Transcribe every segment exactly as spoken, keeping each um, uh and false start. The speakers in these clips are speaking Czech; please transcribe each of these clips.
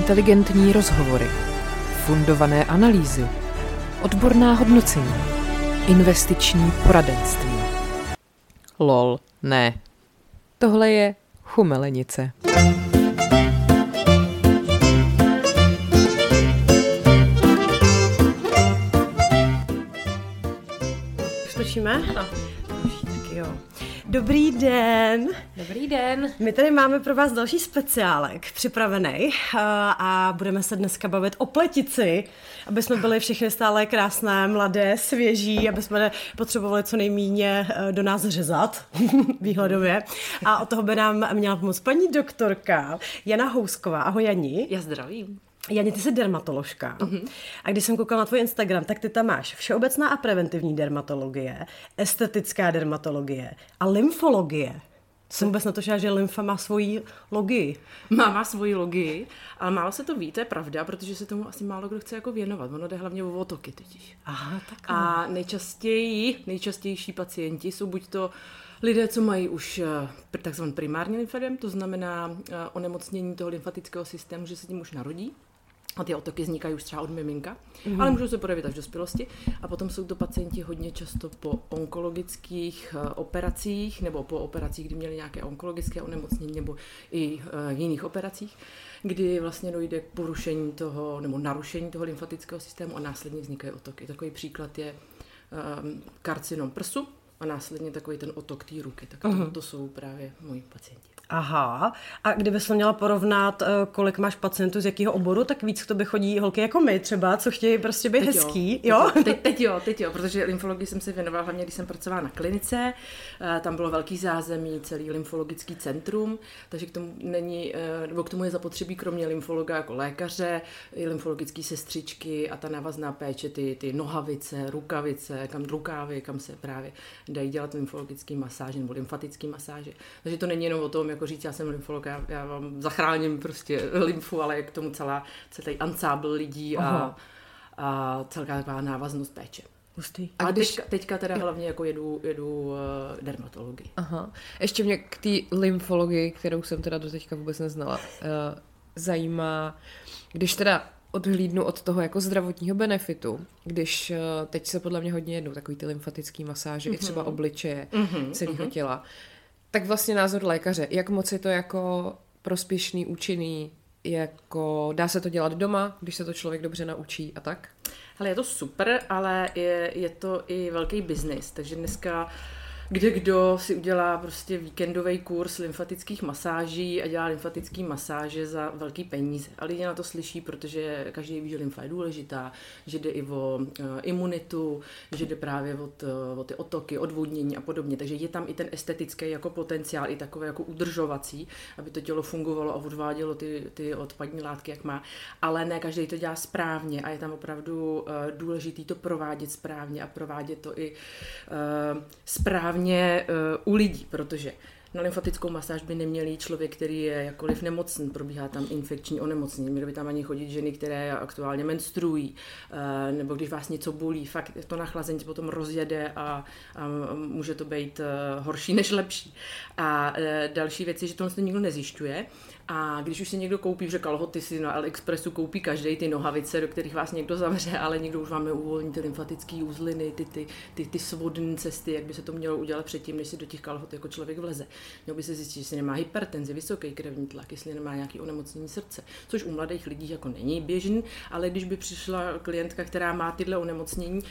Inteligentní rozhovory, fundované analýzy, odborná hodnocení, investiční poradenství. Lol, ne. Tohle je chumelenice. Už točíme? Ano. Tak jo. Dobrý den. Dobrý den. My tady máme pro vás další speciálek připravený a budeme se dneska bavit o pletici, aby jsme byli všichni stále krásné, mladé, svěží, aby jsme potřebovali co nejméně do nás řezat výhledově. A od toho by nám měla pomoct paní doktorka Jana Housková. Ahoj Jani. Já zdravím. Jani, ty jsi dermatoložka. Uh-huh. A když jsem koukala na tvůj Instagram, tak ty tam máš všeobecná a preventivní dermatologie, estetická dermatologie a lymfologie. Jsem vůbec natočila, že lymfa má svoji logii. Má, má svoji logii, ale málo se to ví, to je pravda, protože se tomu asi málo kdo chce jako věnovat. Ono jde hlavně o otoky totiž. Aha, tak. A nejčastěji, nejčastější pacienti jsou buď to lidé, co mají už takzvaný primární lymfedem, to znamená onemocnění toho lymfatického systému, že se tím už narodí. A ty otoky vznikají už třeba od miminka, mm. ale můžou se projevit až v dospělosti. A potom jsou to pacienti hodně často po onkologických operacích nebo po operacích, kdy měli nějaké onkologické onemocnění nebo i uh, jiných operacích, kdy vlastně dojde k porušení toho nebo narušení toho lymfatického systému a následně vznikají otoky. Takový příklad je um, karcinom prsu a následně takový ten otok té ruky. Tak to, mm. to jsou právě moji pacienti. Aha. A kdybys to měla porovnat, kolik máš pacientů z jakého oboru, tak víc k tobě chodí holky jako my třeba, co chtějí prostě být teď hezký. Jo, jo? Teď, teď, teď jo, teď jo, protože lymfologii jsem se věnovala hlavně, když jsem pracovala na klinice, tam bylo velký zázemí, celý lymfologický centrum, takže k tomu není, nebo k tomu je zapotřebí kromě lymfologa jako lékaře, i lymfologické sestřičky a ta návazná péče, ty, ty nohavice, rukavice, kam rukávy, kam se právě dají dělat lymfologický masáže nebo lymfatický masáže. Takže to není jenom o tom, jako říct, já jsem lymfolog, já, já vám zachráním prostě lymfu, ale je k tomu celá, celý ansábl lidí a, a celá taková návaznost péče. Hustý. A, a když... teďka, teďka teda hlavně jako jedu, jedu uh, dermatologii. Aha. Ještě mě k té lymfologii, kterou jsem teda do teďka vůbec neznala, uh, zajímá, když teda odhlídnu od toho jako zdravotního benefitu, když uh, teď se podle mě hodně jednou takový ty lymfatický masáže, mm-hmm. i třeba obličeje mm-hmm. celého mm-hmm. těla, tak vlastně názor lékaře, jak moc je to jako prospěšný, účinný, jako dá se to dělat doma, když se to člověk dobře naučí a tak? Hele, je to super, ale je, je to i velký biznis, takže dneska kde kdo si udělá prostě víkendový kurz lymfatických masáží a dělá lymfatický masáže za velký peníze. A lidi na to slyší, protože každý ví, že lymfa je důležitá, že jde i o uh, imunitu, že jde právě o, t, o ty otoky, odvodnění a podobně. Takže je tam i ten estetický jako potenciál, i takový jako udržovací, aby to tělo fungovalo a odvádělo ty, ty odpadní látky, jak má. Ale ne každý to dělá správně a je tam opravdu uh, důležitý to provádět správně a provádět to i uh, správně u lidí, protože na lymfatickou masáž by neměl jít člověk, který je jakkoliv nemocný, probíhá tam infekční onemocnění, měly by tam ani chodit ženy, které aktuálně menstruují, nebo když vás něco bolí, fakt to nachlazení potom rozjede a, a může to být horší než lepší. A další věc je, že tohle se nikdo nezjišťuje. A když už si někdo koupí, že kalhoty si na AliExpressu koupí každej ty nohavice, do kterých vás někdo zavře, ale někdo už vám neuvolní ty lymfatické uzliny, ty, ty, ty, ty svodné cesty, jak by se to mělo udělat předtím, než si do těch kalhot jako člověk vleze. Měl by se zjistit, jestli nemá hypertenzi, vysoký krevní tlak, jestli nemá nějaký onemocnění srdce, což u mladých lidí jako není běžný, ale když by přišla klientka, která má tyhle onemocnění,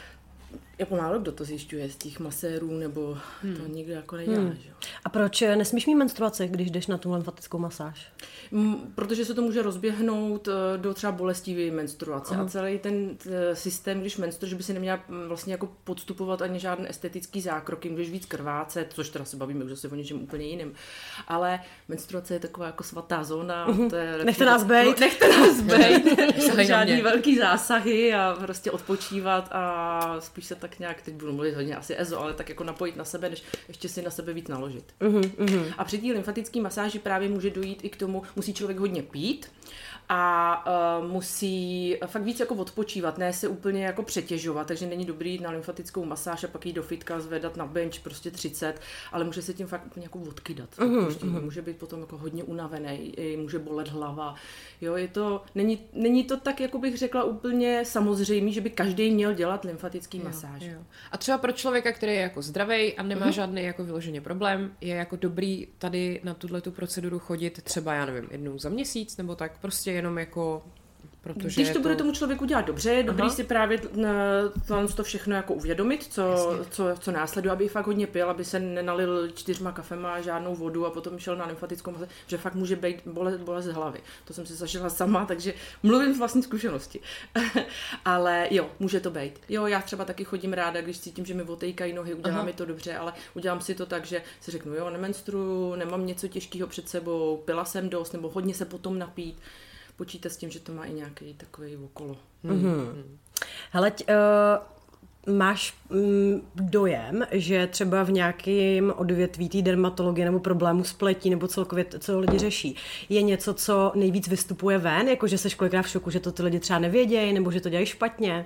jako málo kdo to zjišťuje z těch masérů, nebo hmm. to nikdo jako nedělá. Hmm. Že? A proč nesmíš mít menstruaci, když jdeš na tu lymfatickou masáž? M, protože se to může rozběhnout do třeba bolestivé menstruace. Aha. A celý ten t, systém, když menstruuješ, by si neměla vlastně jako podstupovat ani žádné estetický zákroky, můžeš víc krvácet, což teda se bavíme už zase o něčem úplně jiném. Ale menstruace je taková jako svatá zóna. Uh-huh. To je, nechte nás bejt. Nechte nás bejt. Žádný velký zásahy a prostě odpočívat a spíš se tak nějak, teď budu mluvit hodně asi ezo, ale tak jako napojit na sebe, než ještě si na sebe víc naložit. Mm-hmm. A při té lymfatické masáži právě může dojít i k tomu, musí člověk hodně pít a uh, musí fakt víc jako odpočívat, ne se úplně jako přetěžovat, takže není dobrý jít na lymfatickou masáž a pak jít do fitka, zvedat na bench prostě třicet, ale může se tím fakt úplně jako odkydat. Mm-hmm. Prostě může být potom jako hodně unavený, může bolet hlava. Jo, je to, není, není to tak, jako bych řekla, úplně samozřejmé, že by každý měl dělat lymfatický masáž. Jo. A třeba pro člověka, který je jako zdravý a nemá mm-hmm. žádný jako vyloženě problém, je jako dobrý tady na tuhletu proceduru chodit třeba, já nevím, jednou za měsíc nebo tak, prostě jenom jako... Protože Když to, to bude tomu člověku dělat dobře, je dobrý Aha. si právě to, to všechno jako uvědomit, co, co, co následuje, aby fakt hodně pil, aby se nenalil čtyřma kafema a žádnou vodu a potom šel na lymfatickou masáž, že fakt může být bolest, bolest hlavy. To jsem si zažila sama, takže mluvím z vlastní zkušenosti. Ale jo, může to být. Jo, já třeba taky chodím ráda, když cítím, že mi otejkají nohy, udělá mi to dobře, ale udělám si to tak, že si řeknu, jo, nemenstruju, nemám něco těžkého před sebou, pila jsem dost, nebo hodně se potom napít. Počítat s tím, že to má i nějaký takový okolo. Mm-hmm. Hele, t, uh, máš mm, dojem, že třeba v nějakém odvětví té dermatologie nebo problému s pletí nebo celkově to, co lidi řeší, je něco, co nejvíc vystupuje ven, jako že seš kolikrát v šoku, že to ty lidi třeba nevědějí nebo že to dělají špatně?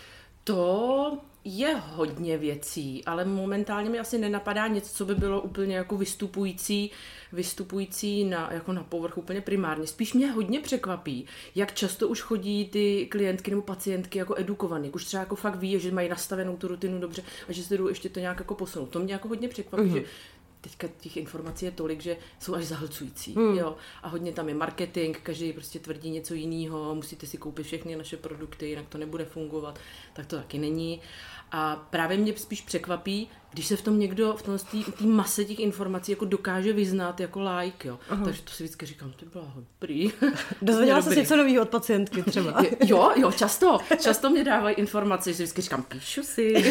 To je hodně věcí, ale momentálně mi asi nenapadá něco, co by bylo úplně jako vystupující, vystupující na, jako na povrch úplně primárně. Spíš mě hodně překvapí, jak často už chodí ty klientky nebo pacientky jako edukovaný, už třeba jako fakt ví, že mají nastavenou tu rutinu dobře a že se jdou ještě to nějak jako posunout. To mě jako hodně překvapí, mm-hmm. že teďka těch informací je tolik, že jsou až zahlcující. Hmm. Jo? A hodně tam je marketing, každý prostě tvrdí něco jiného, musíte si koupit všechny naše produkty, jinak to nebude fungovat. Tak to taky není. A právě mě spíš překvapí, když se v tom někdo, v tom té mase těch informací jako dokáže vyznat jako like, jo. Aha. Takže to si vždycky říkám, to bylo dobrý. Dozvěděla jsi něco nového od pacientky třeba? Jo, jo, často. Často mě dávají informace, že vždycky říkám, píšu si.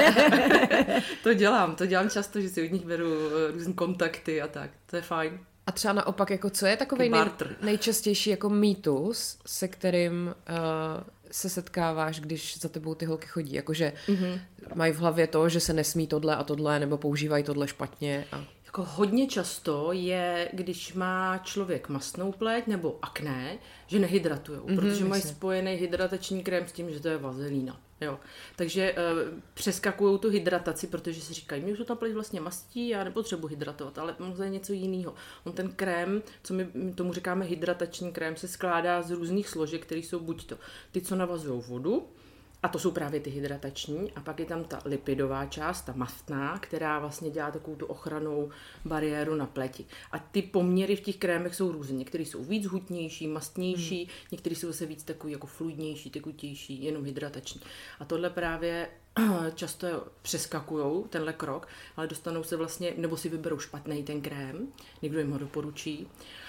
To dělám, to dělám často, že si od nich beru různý kontakty a tak. To je fajn. A třeba naopak, jako co je takovej nej, nejčastější jako mýtus, se kterým uh, se setkáváš, když za tebou ty holky chodí? Jakože mm-hmm. mají v hlavě to, že se nesmí tohle a tohle, nebo používají tohle špatně? A... Jako hodně často je, když má člověk mastnou pleť nebo akné, že nehydratujou, mm-hmm, protože mají spojený hydratační krém s tím, že to je vazelína. Jo. Takže e, přeskakují tu hydrataci, protože si říkají, mě už to ta pleť vlastně mastí, já nepotřebuji hydratovat, ale to je něco jiného. On ten krém, co my tomu říkáme hydratační krém, se skládá z různých složek, které jsou buď to ty, co navazují vodu, a to jsou právě ty hydratační, a pak je tam ta lipidová část, ta mastná, která vlastně dělá takovou tu ochrannou bariéru na pleti. A ty poměry v těch krémech jsou různé. Některé jsou víc hutnější, mastnější, hmm. některé jsou zase víc takový jako fluidnější, tekutější, jenom hydratační. A tohle právě často přeskakujou, tenhle krok, ale dostanou se vlastně, nebo si vyberou špatný ten krém, někdo jim ho doporučí.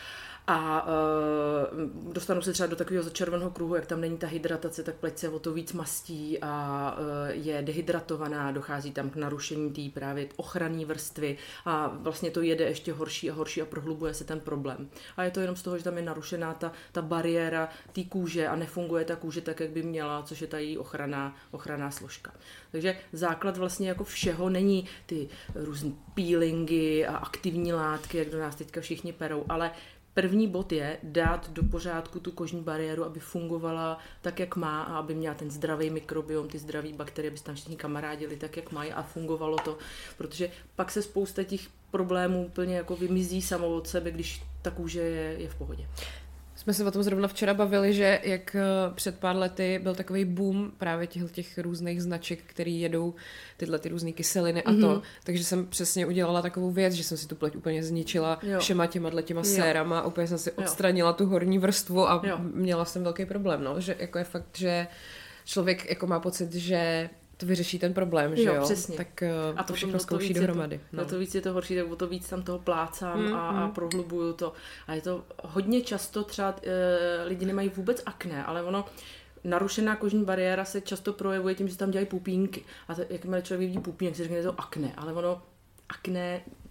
A uh, dostanou se třeba do takového začerveného kruhu, jak tam není ta hydratace, tak pleť se o to víc mastí a uh, je dehydratovaná, dochází tam k narušení té právě ochranné vrstvy a vlastně to jede ještě horší a horší a prohlubuje se ten problém. A je to jenom z toho, že tam je narušená ta, ta bariéra té kůže a nefunguje ta kůže tak, jak by měla, což je ta její ochranná, ochranná složka. Takže základ vlastně jako všeho není ty různé peelingy a aktivní látky, jak do nás teďka všichni perou, ale první bod je dát do pořádku tu kožní bariéru, aby fungovala tak, jak má a aby měla ten zdravý mikrobiom, ty zdraví bakterie, aby se tam všichni kamarádili tak, jak mají a fungovalo to, protože pak se spousta těch problémů úplně jako vymizí samo od sebe, když ta kůže je, je v pohodě. Jsme se o tom zrovna včera bavili, že jak před pár lety byl takový boom právě těch, těch různých značek, který jedou tyhle ty různé kyseliny a mm-hmm. to. Takže jsem přesně udělala takovou věc, že jsem si tu pleť úplně zničila jo. všema těma těma sérama, úplně jsem si odstranila tu horní vrstvu a jo. měla jsem velký problém, no, že jako je fakt, že člověk jako má pocit, že to vyřeší ten problém, že jo? Přesně. Tak a to všechno zkouší dohromady. To, no. to víc je to horší, tak o to víc tam toho plácám mm, a, mm. a prohlubuju to. A je to hodně často třeba e, lidi nemají vůbec akné, ale ono narušená kožní bariéra se často projevuje tím, že tam dělají pupínky. A to, jakmile člověk vidí pupínek, si řekne, že je to akné, ale ono akné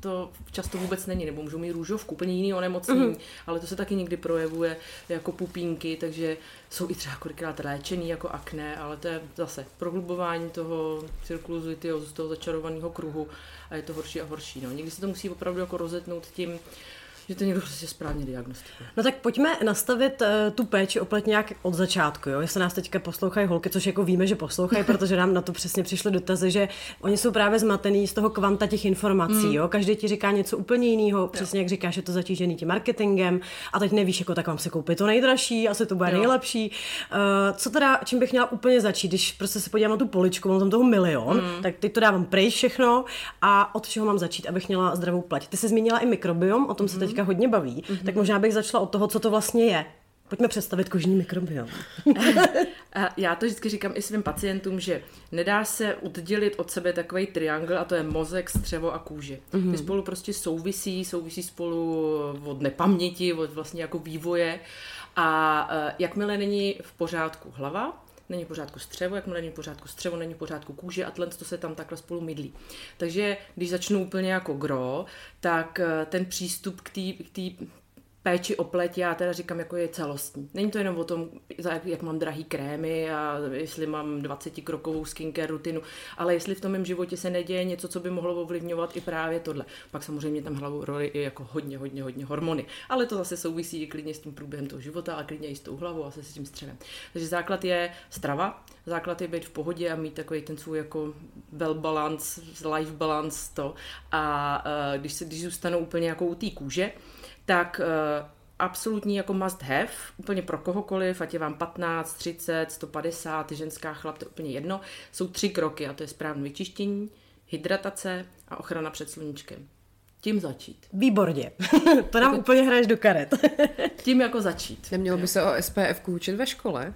to často vůbec není, nebo můžou mít růžovku, úplně jiný onemocnění, mm. ale to se taky někdy projevuje jako pupínky, takže jsou i třeba kolikrát léčený jako akné, ale to je zase prohlubování toho cirkulus vitiosus, toho začarovaného kruhu a je to horší a horší. No. Někdy se to musí opravdu jako rozetnout tím, že to někdo prostě správně diagnostikuje. No tak pojďme nastavit uh, tu péči o pleť nějak od začátku, jo? Jestli nás teďka poslouchají holky, což jako víme, že poslouchají, protože nám na to přesně přišly dotazy, že oni jsou právě zmatený z toho kvanta těch informací, mm. jo? Každý ti říká něco úplně jiného, přesně jak říkáš, je to zatížený tím marketingem a teď nevíš, jako tak mám si koupit to nejdražší, asi to bude jo. nejlepší. Uh, co teda, čím bych měla úplně začít, když prostě se podívám na tu poličku, mám tam toho milion, mm. tak teď to dávám pryč všechno a od čeho mám začít, abych měla zdravou pleť. Ty jsi zmínila i mikrobiom, o tom se teď hodně baví, mm-hmm. tak možná bych začala od toho, co to vlastně je. Pojďme představit kožní mikrobiom. Já to vždycky říkám i svým pacientům, že nedá se oddělit od sebe takový triangl a to je mozek, střevo a kůže. Mm-hmm. Ty spolu prostě souvisí, souvisí spolu od nepaměti, od vlastně jako vývoje a jakmile není v pořádku hlava, není v pořádku střevo, jakmile není v pořádku střevo, není v pořádku kůže a tle to se tam takhle spolu mydlí. Takže když začnu úplně jako gro, tak ten přístup k té péči o pleť, já teda říkám, jako je celostní. Není to jenom o tom, jak mám drahý krémy a jestli mám dvacetikrokovou skincare rutinu, ale jestli v tom mém životě se neděje něco, co by mohlo ovlivňovat i právě tohle. Pak samozřejmě tam hlavou roli i jako hodně, hodně, hodně hormony. Ale to zase souvisí i klidně s tím průběhem toho života a klidně i s tou hlavou a se s tím střevem. Takže základ je strava, základ je být v pohodě a mít takový ten svůj jako well balance, life balance to. A uh, když se když zůstanou úplně jako u té kůže, tak uh, absolutní jako must have, úplně pro kohokoliv, ať je vám patnáct, třicet, sto padesát, ženská, chlap, to je úplně jedno, jsou tři kroky a to je správné vyčištění, hydratace a ochrana před sluníčkem. Tím začít. Výborně. To nám úplně hraješ do karet. Tím jako začít. Nemělo by se o S P F učit ve škole?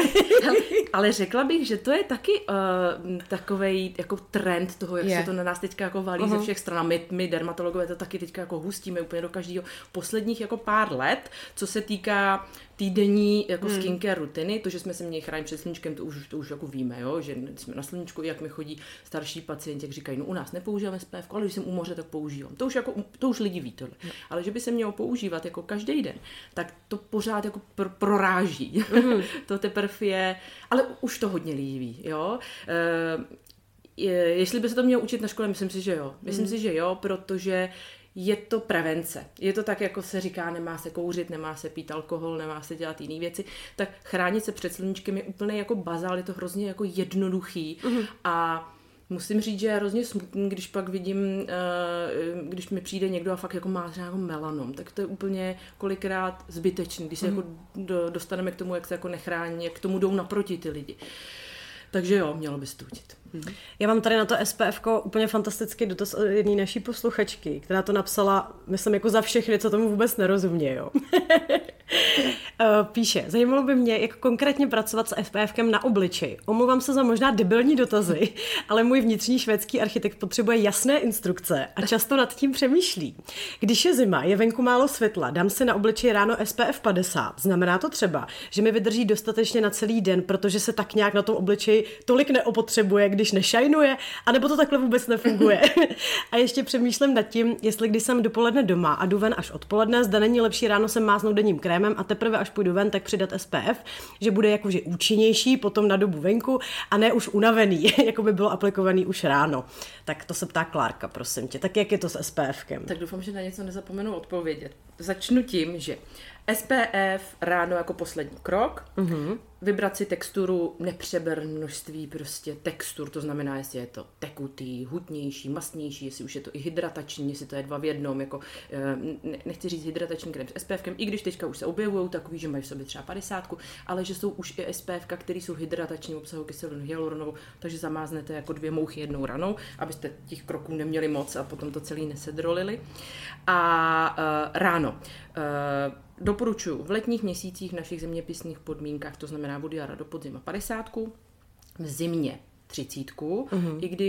Ale řekla bych, že to je taky uh, takovej jako trend toho, jak yeah. se to na nás teďka jako valí uh-huh. ze všech stran. My, my dermatologové to taky teďka jako hustíme úplně do každého posledních jako pár let, co se týká týdenní jako hmm. skincare rutiny, to, že jsme se měli chránit před sluníčkem, to už, to už jako víme, jo? Že jsme na sluníčku, jak mi chodí starší pacienti, jak říkají, no u nás nepoužíváme S P F, ale když jsem u moře, tak používám. To už, jako, to už lidi ví tohle. Hmm. Ale že by se mělo používat jako každý den, tak to pořád jako pr- proráží. Hmm. To teprve je, ale už to hodně lidí ví, jo. E, je, jestli by se to mělo učit na škole, myslím si, že jo. Myslím hmm. si, že jo, protože je to prevence. Je to tak, jako se říká, nemá se kouřit, nemá se pít alkohol, nemá se dělat jiné věci. Tak chránit se před sluníčkem je úplně jako bazál, je to hrozně jako jednoduchý. Mm-hmm. A musím říct, že je hrozně smutný, když pak vidím, když mi přijde někdo a fakt jako má třeba jako melanom, tak to je úplně kolikrát zbytečný, když se mm-hmm. jako dostaneme k tomu, jak se jako nechrání, jak k tomu jdou naproti ty lidi. Takže jo, mělo by se to učit. Mhm. Já mám tady na to S P F ko úplně fantastický dotaz od jedné naší posluchačky, která to napsala, myslím, jako za všechny, co tomu vůbec nerozumějí. Píše, zajímalo by mě, jak konkrétně pracovat s SPFkem na obličeji. Omlouvám se za možná debilní dotazy, ale můj vnitřní švédský architekt potřebuje jasné instrukce a často nad tím přemýšlí. Když je zima, je venku málo světla, dám si na obličeji ráno S P F padesát. Znamená to třeba, že mi vydrží dostatečně na celý den, protože se tak nějak na tom obličeji tolik neopotřebuje, když nešajnuje, anebo to takhle vůbec nefunguje. A ještě přemýšlím nad tím, jestli když jsem dopoledne doma a jdu ven až odpoledne, zda není lepší ráno se máznout denním krémem a teprve až půjdu ven, tak přidat S P F, že bude jakože účinnější potom na dobu venku a ne už unavený, jako by bylo aplikovaný už ráno. Tak to se ptá Klárka, prosím tě. Tak jak je to s SPFkem? Tak doufám, že na něco nezapomenu odpovědět. Začnu tím, že S P F ráno jako poslední krok, uh-huh. vybrat si texturu, nepřeber množství prostě textur, to znamená, jestli je to tekutý, hutnější, mastnější, jestli už je to i hydratační, jestli to je dva v jednom, jako nechci říct hydratační krém s SPFkem, i když teďka už se objevují takový, že mají v sobě třeba padesátku, ale že jsou už i SPFka, který jsou hydratační, obsahují kyselinu hyaluronovou, takže zamáznete jako dvě mouchy jednou ranou, abyste těch kroků neměli moc a potom to celý nesedrolili. A uh, ráno. Uh, Doporučuji v letních měsících v našich zeměpisných podmínkách, to znamená od jara do podzima padesátku, v zimě třicítku, uh-huh. i když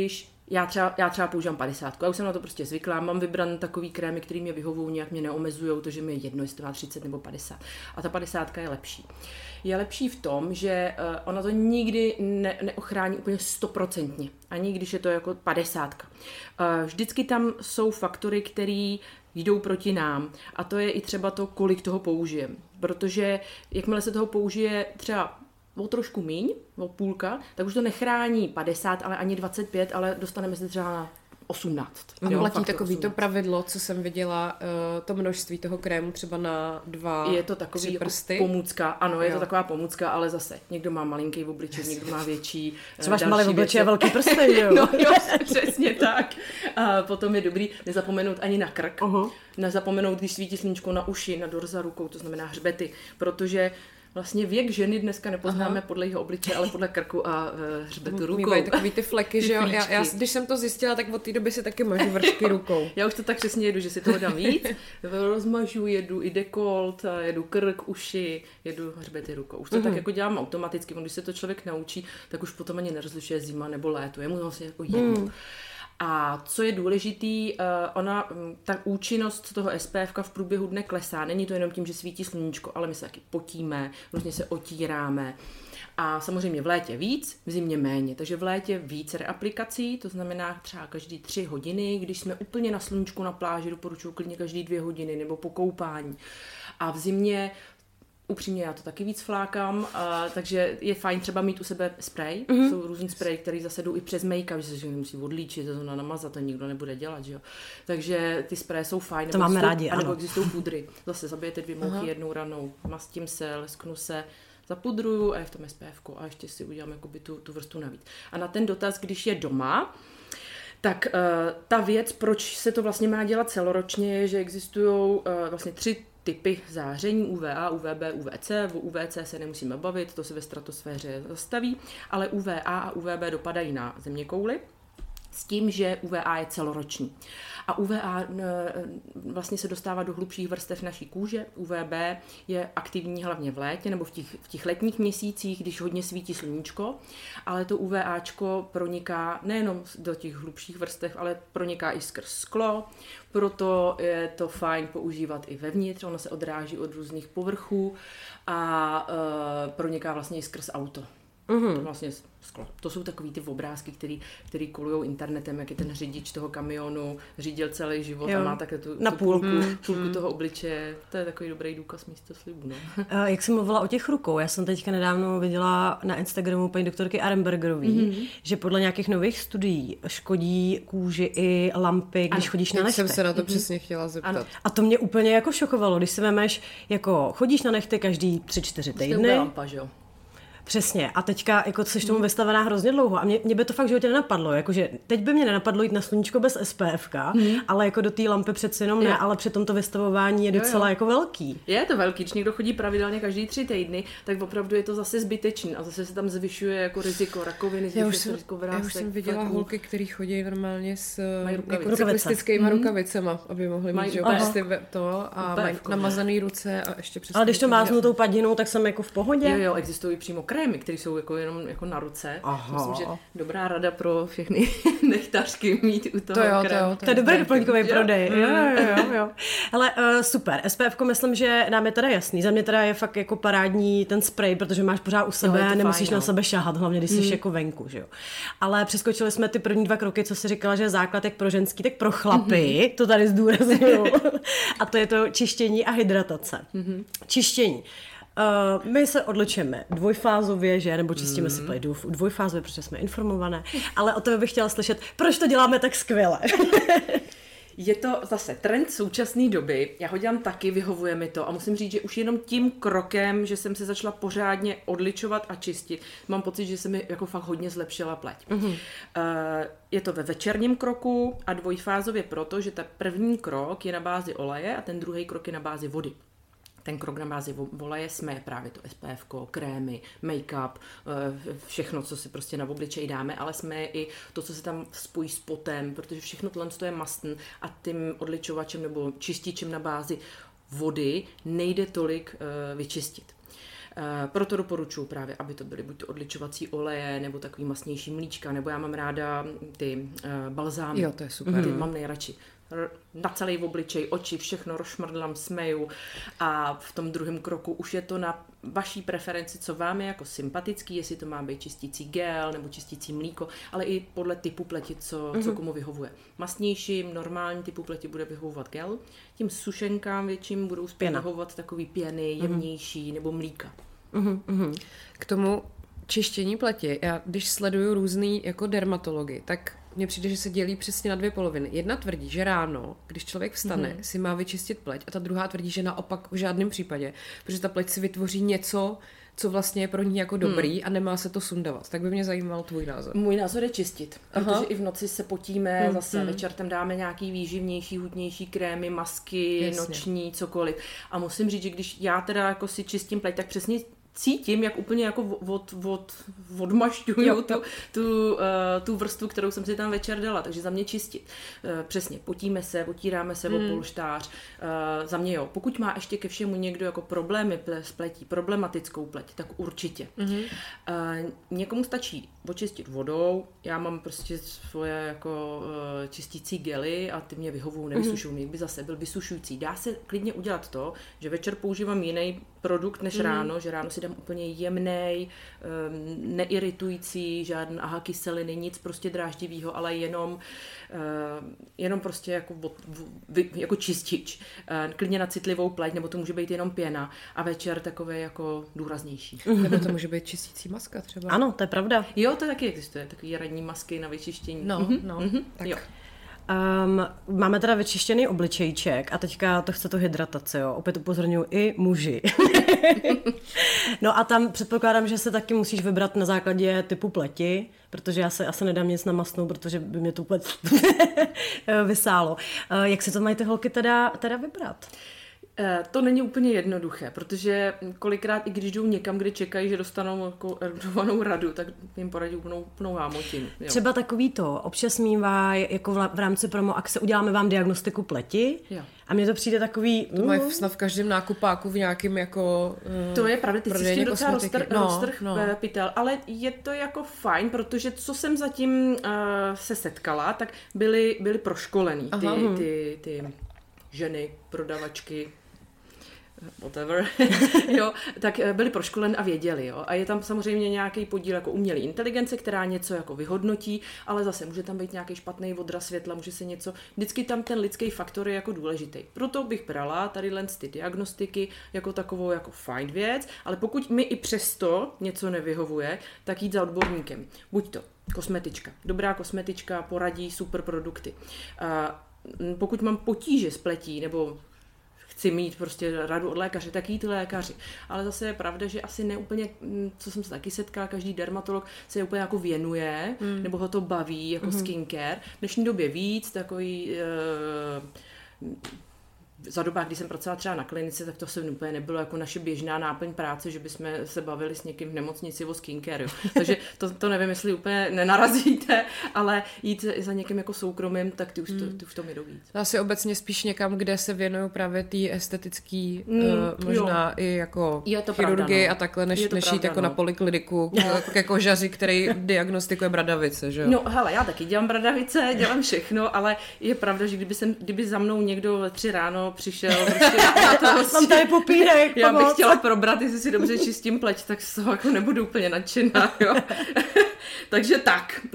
Já třeba, já třeba používám padesát. Já už jsem na to prostě zvyklá. Mám vybran takový krémy, který mě vyhovují, nějak mě neomezujou, takže mi je jedno, jestli to má třicet nebo padesát. A ta padesátka je lepší. Je lepší v tom, že uh, ona to nikdy ne, neochrání úplně stoprocentně. Ani když je to jako padesátka. Uh, vždycky tam jsou faktory, které jdou proti nám. A to je i třeba to, kolik toho použijeme. Protože jakmile se toho použije třeba o trošku míň, o půlka, tak už to nechrání padesát, ale ani dvacet pět, ale dostaneme se třeba na osmnáct. Ano, platí takový to pravidlo, co jsem viděla, uh, to množství toho krému třeba na dva, je to takový tři prsty. Jako pomůcka, ano, je jo. to taková pomůcka, ale zase někdo má malinký obličej, někdo má větší. Co máš malý obličej a velký prsty, jo? No jo, přesně tak. A potom je dobrý nezapomenout ani na krk, uh-huh. nezapomenout, když svítí sluníčko, na uši, na dorza rukou, to znamená hřbety, protože vlastně věk ženy dneska nepoznáme Aha. podle jeho obličeje, ale podle krku a uh, hřbetu rukou. Mývají takový ty fleky, že jo? Já, já, když jsem to zjistila, tak od té doby si taky mažu vršky rukou. Já už to tak přesně jedu, že si toho dám víc. Rozmažu, jedu i dekolt, jedu krk, uši, jedu hřbety rukou. Už to mm-hmm. tak jako dělám automaticky. Když se to člověk naučí, tak už potom ani nerozlišuje zima nebo léto. Je mu vlastně jako jedno. Mm. A co je důležitý, ona, ta účinnost toho S P F v průběhu dne klesá. Není to jenom tím, že svítí sluníčko, ale my se taky potíme, různě se otíráme. A samozřejmě v létě víc, v zimě méně. Takže v létě víc reaplikací, to znamená třeba každý tři hodiny, když jsme úplně na sluníčku na pláži, doporučuji klidně každý dvě hodiny nebo po koupání. A v zimě upřímně já to taky víc flákám, a, takže je fajn třeba mít u sebe sprej. Mm-hmm. Jsou různý sprej, který zase jdou i přes make-up, že se že musí odlíčit, to namazat, to nikdo nebude dělat, že jo. Takže ty spreje jsou fajn. To máme rádi, ano. Nebo existují pudry. Zase zabijete dvě mouchy Aha. jednou ranou, mastím se, lesknu se, zapudruju a je v tom S P F ko a ještě si udělám jakoby tu, tu vrstvu navíc. A na ten dotaz, když je doma, tak uh, ta věc, proč se to vlastně má dělat celoročně, je, že existují uh, vlastně tři typy záření, U V A, U V B, U V C. O U V C se nemusíme bavit, to se ve stratosféře zastaví, ale U V A a U V B dopadají na zeměkouli s tím, že U V A je celoroční. A U V A vlastně se dostává do hlubších vrstev naší kůže. U V B je aktivní hlavně v létě nebo v těch, v těch letních měsících, když hodně svítí sluníčko, ale to UVAčko proniká nejenom do těch hlubších vrstev, ale proniká i skrz sklo, proto je to fajn používat i vevnitř, ono se odráží od různých povrchů a e, proniká vlastně i skrz auto. Mm-hmm. Vlastně sklo. To jsou takový ty obrázky, který, který kolujou internetem, jak je ten řidič toho kamionu, řídil celý život jo. a má takhle tu, na tu půlku, půlku, půlku mm. toho obličeje. To je takový dobrý důkaz místo slibu. No. Jak jsem mluvila o těch rukou, já jsem teďka nedávno viděla na Instagramu paní doktorky Arenbergerový, mm-hmm. že podle nějakých nových studií škodí kůži i lampy, když ano, chodíš na nechtech. Jsem se na to mm-hmm. přesně chtěla zeptat. Ano. A to mě úplně jako šokovalo, když si vemeš, jako chodíš na nechty každý tři, čtyři týdny. Lampa, že jo? Přesně. A teďka jako jsi tomu vystavená hrozně dlouho. A mě, mě by to fakt v životě nenapadlo. Jakože teď by mě nenapadlo jít na sluníčko bez S P F ka, hmm. ale jako do té lampy přeci jenom ne, je. Ale při tomto vystavování je docela jo, jo. jako velký. Je to velký. Když někdo chodí pravidelně každý tři týdny, tak opravdu je to zase zbytečný. A zase se tam zvyšuje jako riziko rakoviny, zvyšuje se riziko vrásek. Já už jsem viděla fleku. Holky, které chodí normálně s jako cyklistickými hmm. rukavicema, aby mohly mít prsty to a mají namazané ruce a ještě přesně. Ale když to máznu tou padinou, tak jsem jako v pohodě. Jo, jo, existují přímo krémy, které jsou jako jenom jako na ruce. Aha. Myslím, že dobrá rada pro všechny nechtařky mít u toho to jo, krému. To, jo, to, to je dobrý doplňkový prodej. Jo, jo, jo, jo. Hele, uh, super. S P F ko myslím, že nám je teda jasný. Za mě teda je fakt jako parádní ten spray, protože máš pořád u sebe, no, nemusíš fajn, na sebe šahat, hlavně když jsi hmm. jako venku, že jo. Ale přeskočili jsme ty první dva kroky, co jsi říkala, že je základ jak pro ženský, tak pro chlapy. Mm-hmm. To tady zdůraznuju. A to je to čištění a hydratace. Mm-hmm. Čištění. Uh, my se odličujeme dvojfázově, že, nebo čistíme mm. si play dvojfázově, protože jsme informované, ale o tebe bych chtěla slyšet, proč to děláme tak skvěle. Je to zase trend současné doby, já ho dělám taky, vyhovuje mi to a musím říct, že už jenom tím krokem, že jsem se začala pořádně odličovat a čistit, mám pocit, že se mi jako fakt hodně zlepšila pleť. Mm-hmm. Uh, je to ve večerním kroku a dvojfázově proto, že ten první krok je na bázi oleje a ten druhý krok je na bázi vody. Ten krok na bázi oleje jsme právě to S P F ko, krémy, make-up, všechno, co si prostě na obličej dáme, ale jsme i to, co se tam spojí s potem, protože všechno tohle je mastn a tím odličovačem nebo čističem na bázi vody nejde tolik vyčistit. Proto doporučuji právě, aby to byly buď to odličovací oleje, nebo takový masnější mlíčka, nebo já mám ráda ty balzámy. Jo, to je super. Ty mám nejradši. Na celý obličej, oči, všechno rozšmrdlám, smeju a v tom druhém kroku už je to na vaší preferenci, co vám je jako sympatický, jestli to má být čistící gel nebo čistící mlíko, ale i podle typu pleti, co, mm-hmm. co komu vyhovuje. Masnějším, normální typu pleti bude vyhovovat gel, tím sušenkám větším budou spíš vyhovovat takový pěny, jemnější mm-hmm. nebo mlíka. Mm-hmm. K tomu čištění pleti, já když sleduju různý jako dermatology, tak mně přijde, že se dělí přesně na dvě poloviny. Jedna tvrdí, že ráno, když člověk vstane, mm-hmm. si má vyčistit pleť, a ta druhá tvrdí, že naopak v žádném případě, protože ta pleť si vytvoří něco, co vlastně je pro ní jako dobrý hmm. a nemá se to sundavat. Tak by mě zajímal tvůj názor. Můj názor je čistit, Aha. protože i v noci se potíme, hmm. zase hmm. večer tam dáme nějaký výživnější, hutnější krémy, masky, Jasně. noční, cokoliv. A musím říct, že když já teda jako si čistím pleť, tak přesně cítím, jak úplně jako od, od, odmašťuju tu, tu, uh, tu vrstvu, kterou jsem si tam večer dala, takže za mě čistit. Uh, přesně, potíme se, otíráme se hmm. o polštář, uh, za mě jo. Pokud má ještě ke všemu někdo jako problémy s pletí, problematickou pleť, tak určitě. Hmm. Uh, někomu stačí očistit vodou, já mám prostě svoje jako uh, čistící gely a ty mě vyhovují, nevysušují, hmm. by zase byl vysušující. Dá se klidně udělat to, že večer používám jiný produkt než hmm. ráno, že ráno si dám úplně jemnej, um, neiritující, žádný aha kyseliny, nic prostě dráždivýho, ale jenom, uh, jenom prostě jako, od, v, jako čistič. Uh, klidně na citlivou pleť, nebo to může být jenom pěna a večer takové jako důraznější. Nebo to může být čistící maska třeba. Ano, to je pravda. Jo, to taky existuje, takový ranní masky na vyčištění. No, mm-hmm. no. Mm-hmm. Tak. Jo. Um, máme teda vyčištěný obličejček a teďka to chce tu hydrataci, jo. Opět upozorňuji i muži. No a tam předpokládám, že se taky musíš vybrat na základě typu pleti, protože já se asi nedám nic namastnout, protože by mě tu pleť vysálo. Uh, jak si to mají ty holky teda, teda vybrat? To není úplně jednoduché, protože kolikrát, i když jdou někam, kde čekají, že dostanou jako erudovanou radu, tak jim poradí úplnou, úplnou hámotinu. Jo. Třeba takový to, občas mívá, jako v rámci promo akce uděláme vám diagnostiku pleti jo. a mně to přijde takový... To mají snad v každém nákupáku v nějakém jako... Uh, to je pravda, ty jsi s tím docela roztrh no, no. pytel, ale je to jako fajn, protože co jsem zatím uh, se setkala, tak byly, byly proškolený ty, ty, ty, ty ženy, prodavačky, whatever, jo, tak byli proškoleni a věděli, jo. A je tam samozřejmě nějaký podíl jako umělé inteligence, která něco jako vyhodnotí, ale zase může tam být nějaký špatný odraz světla, může se něco, vždycky tam ten lidský faktor je jako důležitý. Proto bych brala tady ty diagnostiky jako takovou jako fajn věc, ale pokud mi i přesto něco nevyhovuje, tak jít za odborníkem. Buď to kosmetička, dobrá kosmetička poradí super produkty. A pokud mám potíže s pletí, nebo chci mít prostě radu od lékaře, tak jít lékaři. Ale zase je pravda, že asi neúplně, co jsem se taky setkala, každý dermatolog se úplně jako věnuje, mm. nebo ho to baví jako mm. skincare. V dnešní době víc takový... Uh, za dobách, když jsem pracovala třeba na klinice, tak to se úplně nebylo jako naše běžná náplň práce, že bychom se bavili s někým v nemocnici o skincare. Takže to, to nevím, jestli úplně nenarazíte, ale jít za někým jako soukromým, tak ty už to, ty už to mi jdou víc. Asi obecně spíš někam, kde se věnují právě té estetický, mm, uh, možná jo. i jako chirurgii no. a takhle, než, než jít jako no. na polikliniku ke kožaři, který diagnostikuje bradavice, že jo? No hele, já taky dělám bradavice, dělám všechno, ale je pravda, že kdyby, jsem, kdyby za mnou někdo ve tři ráno přišel, prostě mám tady popírek, já bych chtěla probrat, jestli si dobře čistím pleť, tak z toho jako nebudu úplně nadšená, jo. Takže tak.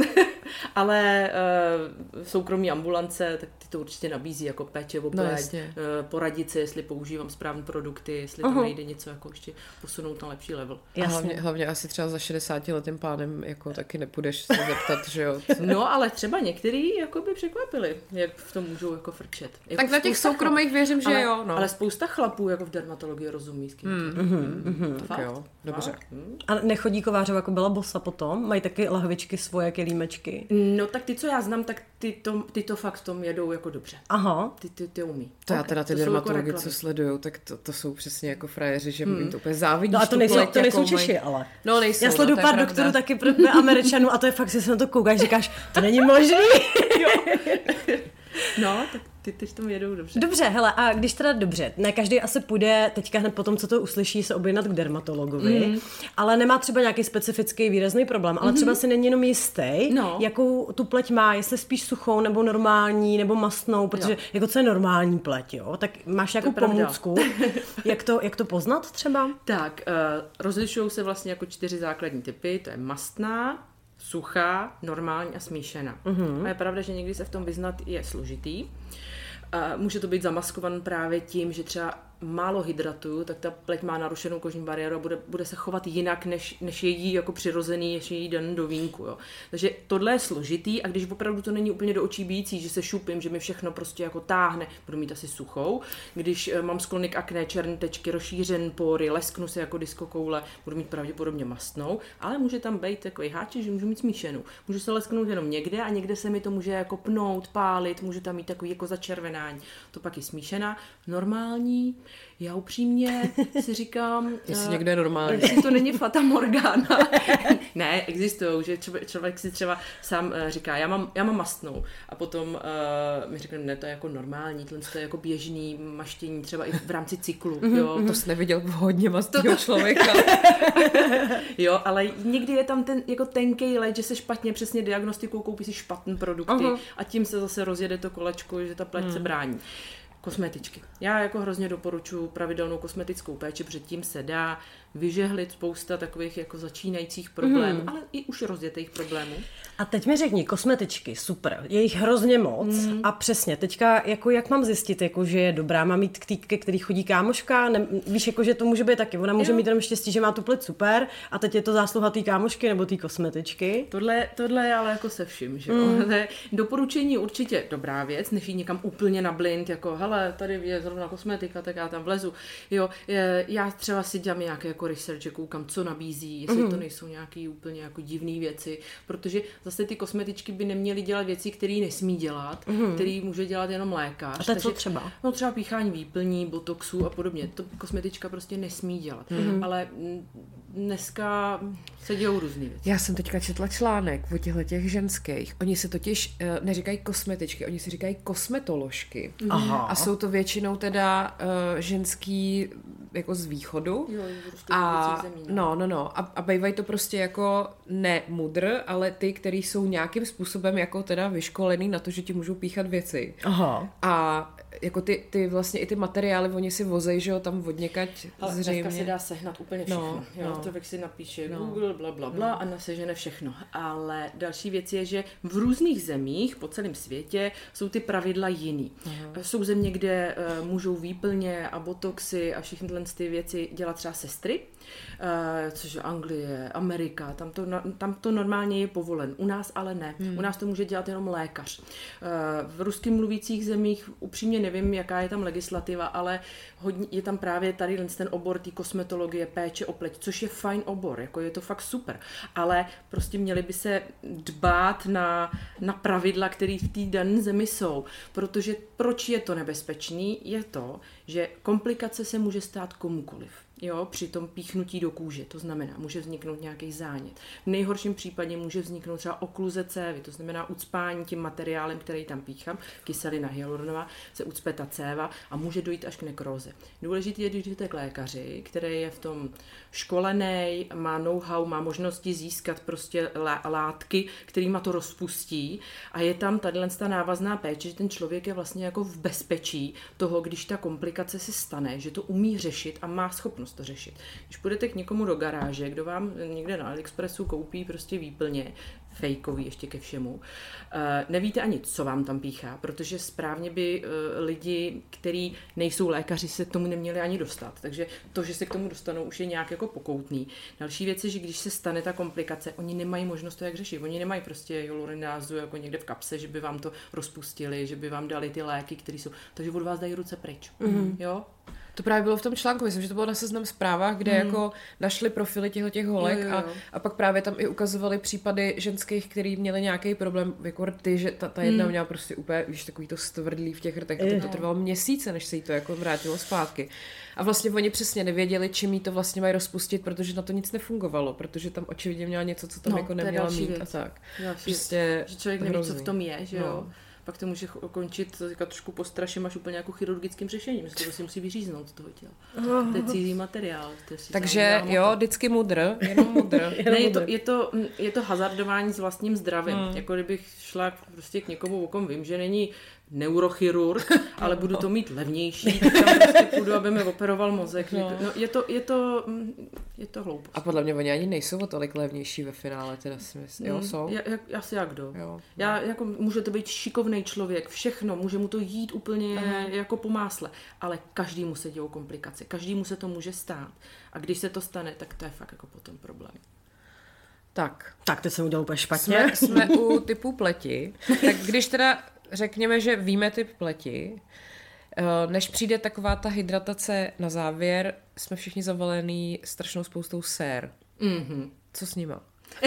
Ale uh, soukromí ambulance, tak ty to určitě nabízí jako péče o pleť, no, uh, poradit se, jestli používám správné produkty, jestli tam nejde něco jako ještě posunout na lepší level. A hlavně, hlavně asi třeba za šedesátiletým pánem jako taky nepůjdeš se zeptat, že jo. Co? No, ale třeba některý jako by překvapili, jak v tom můžou jako frčet. Jako tak na těch soukromých věřím, že ale, jo. No. Ale spousta chlapů jako v dermatologii rozumí skincare. Mm, mm, mm, tak jo, dobře. Mm. A nechodí kovářova jako byla bosa potom? Mají taky lahvičky svoje, kelímečky? No tak ty, co já znám, tak ty to, ty to fakt v tom jedou jako dobře. Aha. Ty, ty, ty umí. To okay. Já teda ty to dermatology, jako co sledujou, tak to, to jsou přesně jako frajeři, že hmm. to úplně závidíš. No a to nejsou, pleť, to nejsou Češi, maj... ale. No nejsou. Já sleduju no, pár doktorů taky pro Američanů a to je fakt, že se na to koukáš, říkáš, to není možný. No, tak ty teď tomu jedou dobře. Dobře, hele, a když teda dobře, ne každý asi půjde teďka hned po tom, co to uslyší, se objednat k dermatologovi, mm. ale nemá třeba nějaký specifický výrazný problém, ale mm. třeba si není jenom jistý, no. jakou tu pleť má, jestli spíš suchou, nebo normální, nebo mastnou, protože jo. jako co je normální pleť, jo? Tak máš nějakou pomůcku, jak to, jak to poznat třeba? Tak, uh, rozlišují se vlastně jako čtyři základní typy, to je mastná, suchá, normální a smíšená. Mm-hmm. A je pravda, že někdy se v tom vyznat je složitý. Uh, může to být zamaskované právě tím, že třeba málo hydratuju, tak ta pleť má narušenou kožní bariéru a bude, bude se chovat jinak, než, než je jí jako přirozený, než je jí den do vínku. Jo. Takže tohle je složitý a když opravdu to není úplně do očí bíjící, že se šupím, že mi všechno prostě jako táhne, budu mít asi suchou. Když uh, mám sklony k akné, černé tečky, rozšířen pory, lesknu se jako diskokoule, budu mít pravděpodobně mastnou, ale může tam být takový háček, že můžu mít smíšenou. Můžu se lesknout jenom někde a někde se mi to může jako pnout, pálit, může tam mít takový jako začervenání. To pak je smíšená, normální. Já upřímně si říkám... Jestli uh, někdo je normální. Jestli to není Fata Morgana. Ne, existují, že člověk, člověk si třeba sám uh, říká, já mám, já mám mastnou a potom uh, mi řekne, ne, to je jako normální, to je jako běžný maštění, třeba i v rámci cyklu. Jo. To jsi neviděl hodně mastného člověka. Jo, ale někdy je tam ten jako tenkej led, že se špatně přesně diagnostikou, koupí si špatné produkty uh-huh. a tím se zase rozjede to kolečko, že ta pleť hmm. se brání. Kosmetičky. Já jako hrozně doporučuji pravidelnou kosmetickou péči, protože tím se dá vyžehlit spousta takových jako začínajících problémů, mm. ale i už rozjetých problémů. A teď mi řekni, kosmetičky, super, je jich hrozně moc mm. a přesně, teďka jako jak mám zjistit, jako, že je dobrá, mám mít k tý, ke který chodí kámoška, ne, víš, jako, že to může být taky, ona může jo. mít jenom štěstí, že má tu pleť super a teď je to zásluha té kámošky nebo té kosmetičky. Tohle, tohle je ale jako se vším, že mm. doporučení je určitě dobrá věc, než jít někam úplně na blind, jako hele, tady je zrovna kosmetika, tak já tam vlezu. Jo, je, já třeba si dělám nějaké jako research, koukám, co nabízí, jestli mm. to nejsou nějaký úplně jako divné věci, protože zase ty kosmetičky by neměly dělat věci, které nesmí dělat, mm. který může dělat jenom lékař. A to je co třeba? No třeba píchání výplní, botoxu a podobně. To kosmetička prostě nesmí dělat. Mm. Ale dneska se dějou různý věci. Já jsem teďka četla článek o těchto těch ženských. Oni se totiž uh, neříkají kosmetičky, oni si říkají kosmetoložky. Aha. A jsou to většinou teda uh, ženský jako z východu. Jo, a, zemí, no, no, no. A, a bývají to prostě jako ne mudr, ale ty, který jsou nějakým způsobem jako teda vyškolený na to, že ti můžou píchat věci. Aha. A jako ty, ty vlastně i ty materiály, oni si vozej, že jo, tam odněkať zřejmě. Ale se dá sehnat úplně všechno. No, jo, no. Člověk si napíše no. Google, bla, bla, bla no. a nasežene všechno. Ale další věc je, že v různých zemích po celém světě jsou ty pravidla jiný. Aha. Jsou země, kde uh, můžou výplně a botoxy a všechny ty věci dělat třeba sestry, uh, což je Anglie, Amerika, tam to, tam to normálně je povolen. U nás ale ne. Hmm. U nás to může dělat jenom lékař. Uh, v ruským mluvících zemích upřímně nevím, jaká je tam legislativa, ale hodně, je tam právě tady ten obor té kosmetologie, péče o pleť, což je fajn obor, jako je to fakt super. Ale prostě měli by se dbát na, na pravidla, které v té dané zemi jsou. Protože proč je to nebezpečný? Je to, že komplikace se může stát komukoliv. Jo, při tom píchnutí do kůže, to znamená, může vzniknout nějaký zánět. V nejhorším případě může vzniknout třeba okluze cévy, to znamená ucpání tím materiálem, který tam píchám, kyselina hyaluronová, se ucpe ta céva a může dojít až k nekróze. Důležité je, když jdete k lékaři, který je v tom školený, má know-how, má možnosti získat prostě látky, kterýma to rozpustí a je tam tadyhle ta návazná péče, že ten člověk je vlastně jako v bezpečí toho, když ta komplikace se stane, že to umí řešit a má schopnost to řešit. Když půjdete k někomu do garáže, kdo vám někde na AliExpressu koupí prostě výplně, fejkový ještě ke všemu, nevíte ani, co vám tam píchá, protože správně by lidi, kteří nejsou lékaři, se k tomu neměli ani dostat. Takže to, že se k tomu dostanou, už je nějak jako pokoutný. Další věc je, že když se stane ta komplikace, oni nemají možnost to jak řešit. Oni nemají prostě hyaluronidázu jako někde v kapse, že by vám to rozpustili, že by vám dali ty léky, které jsou. Takže od vás dají ruce pryč. Mm-hmm. Jo? To právě bylo v tom článku, myslím, že to bylo na Seznam Zprávách, kde hmm. jako našli profily těchto těch holek jo, jo, jo. A, a pak právě tam i ukazovali případy ženských, který měli nějaký problém, jako rty, že ta, ta jedna hmm. měla prostě úplně, víš, takový to stvrdlý v těch rtech, a to trvalo měsíce, než se jí to jako vrátilo zpátky. A vlastně oni přesně nevěděli, čím jí to vlastně mají rozpustit, protože na to nic nefungovalo, protože tam očividně měla něco, co tam no, jako neměla mít věc. A tak. Prostě že člověk neví, hrozný. Co v tom je, že jo. No. pak to může končit teďka trošku postraším až úplně jako chirurgickým řešením, že to si musí vyříznout z toho těla. To je cílý materiál. To je Takže jo, vždycky mudr, jenom mudr. Ne, je to, je, to, je to hazardování s vlastním zdravím. Hmm. Jako kdybych šla prostě k někomu, o kom vím, že není neurochirurg, ale budu to mít levnější, tak tam prostě půjdu, aby mi operoval mozek. No. No, je, to, je, to, je to hloupost. A podle mě oni ani nejsou o tolik levnější ve finále, teda si myslím. Jo, jsou? Já, jak, asi jak kdo. Jo. Já, jako, může to být šikovný člověk, všechno, může mu to jít úplně Aha. jako po másle, ale každému se dějou komplikace, každému se to může stát. A když se to stane, tak to je fakt jako potom problém. Tak. Tak teď jsem udělal úplně špatně. Jsme, jsme u typu pleti. Tak když teda řekněme, že víme typ pleti, než přijde taková ta hydratace na závěr, jsme všichni zavalený strašnou spoustou sér. Mm-hmm. Co s nima?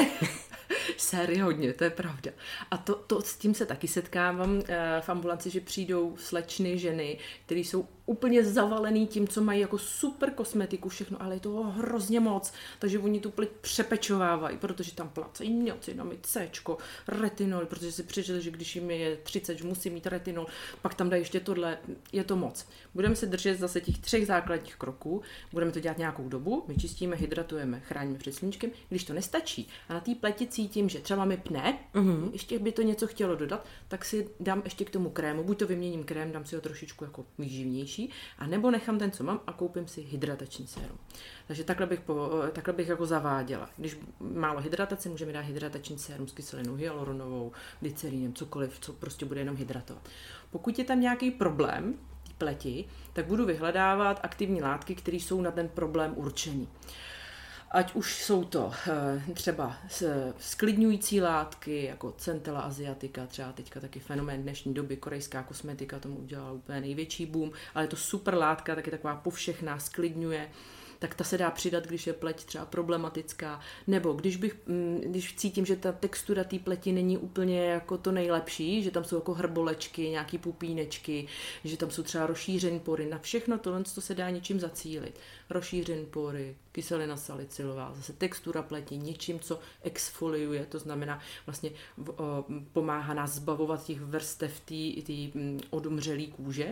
Séry hodně, to je pravda. A to, to s tím se taky setkávám v ambulanci, že přijdou slečny, ženy, které jsou úplně zavalený tím, co mají jako super kosmetiku, všechno, ale je toho hrozně moc, takže oni tu pleť přepečovávají, protože tam plácají niacinamid, Cčko, retinol, protože si přežili, že když jim je třicet, že musí mít retinol, pak tam dají ještě tohle, je to moc. Budeme se držet zase těch třech základních kroků, budeme to dělat nějakou dobu, my čistíme, hydratujeme, chráníme před sluníčkem, když to nestačí a na té pleti cítím, že třeba mi pne, uh-huh. ještě by to něco chtělo dodat, tak si dám ještě k tomu krému, buď to vyměním krém, dám si ho trošičku jako výživnější, a nebo nechám ten, co mám a koupím si hydratační sérum. Takže takhle bych, po, takhle bych jako zaváděla. Když málo hydratace, můžeme dát hydratační sérum s kyselinou hyaluronovou, glycerínem, cokoliv, co prostě bude jenom hydratovat. Pokud je tam nějaký problém té pleti, tak budu vyhledávat aktivní látky, které jsou na ten problém určený. Ať už jsou to e, třeba sklidňující látky, jako Centella asiatica, třeba teďka taky fenomén dnešní doby, korejská kosmetika tomu udělala úplně největší boom, ale je to super látka, taky taková povšechná, sklidňuje, tak ta se dá přidat, když je pleť třeba problematická, nebo když, bych, když cítím, že ta textura té pleti není úplně jako to nejlepší, že tam jsou jako hrbolečky, nějaký pupínečky, že tam jsou třeba rozšířené pory, na všechno tohle to se dá něčím zacílit. Rozšířené pory, kyselina salicylová, zase textura pleti, něčím, co exfoliuje, to znamená vlastně o, pomáhá nás zbavovat těch vrstev té odumřelé kůže.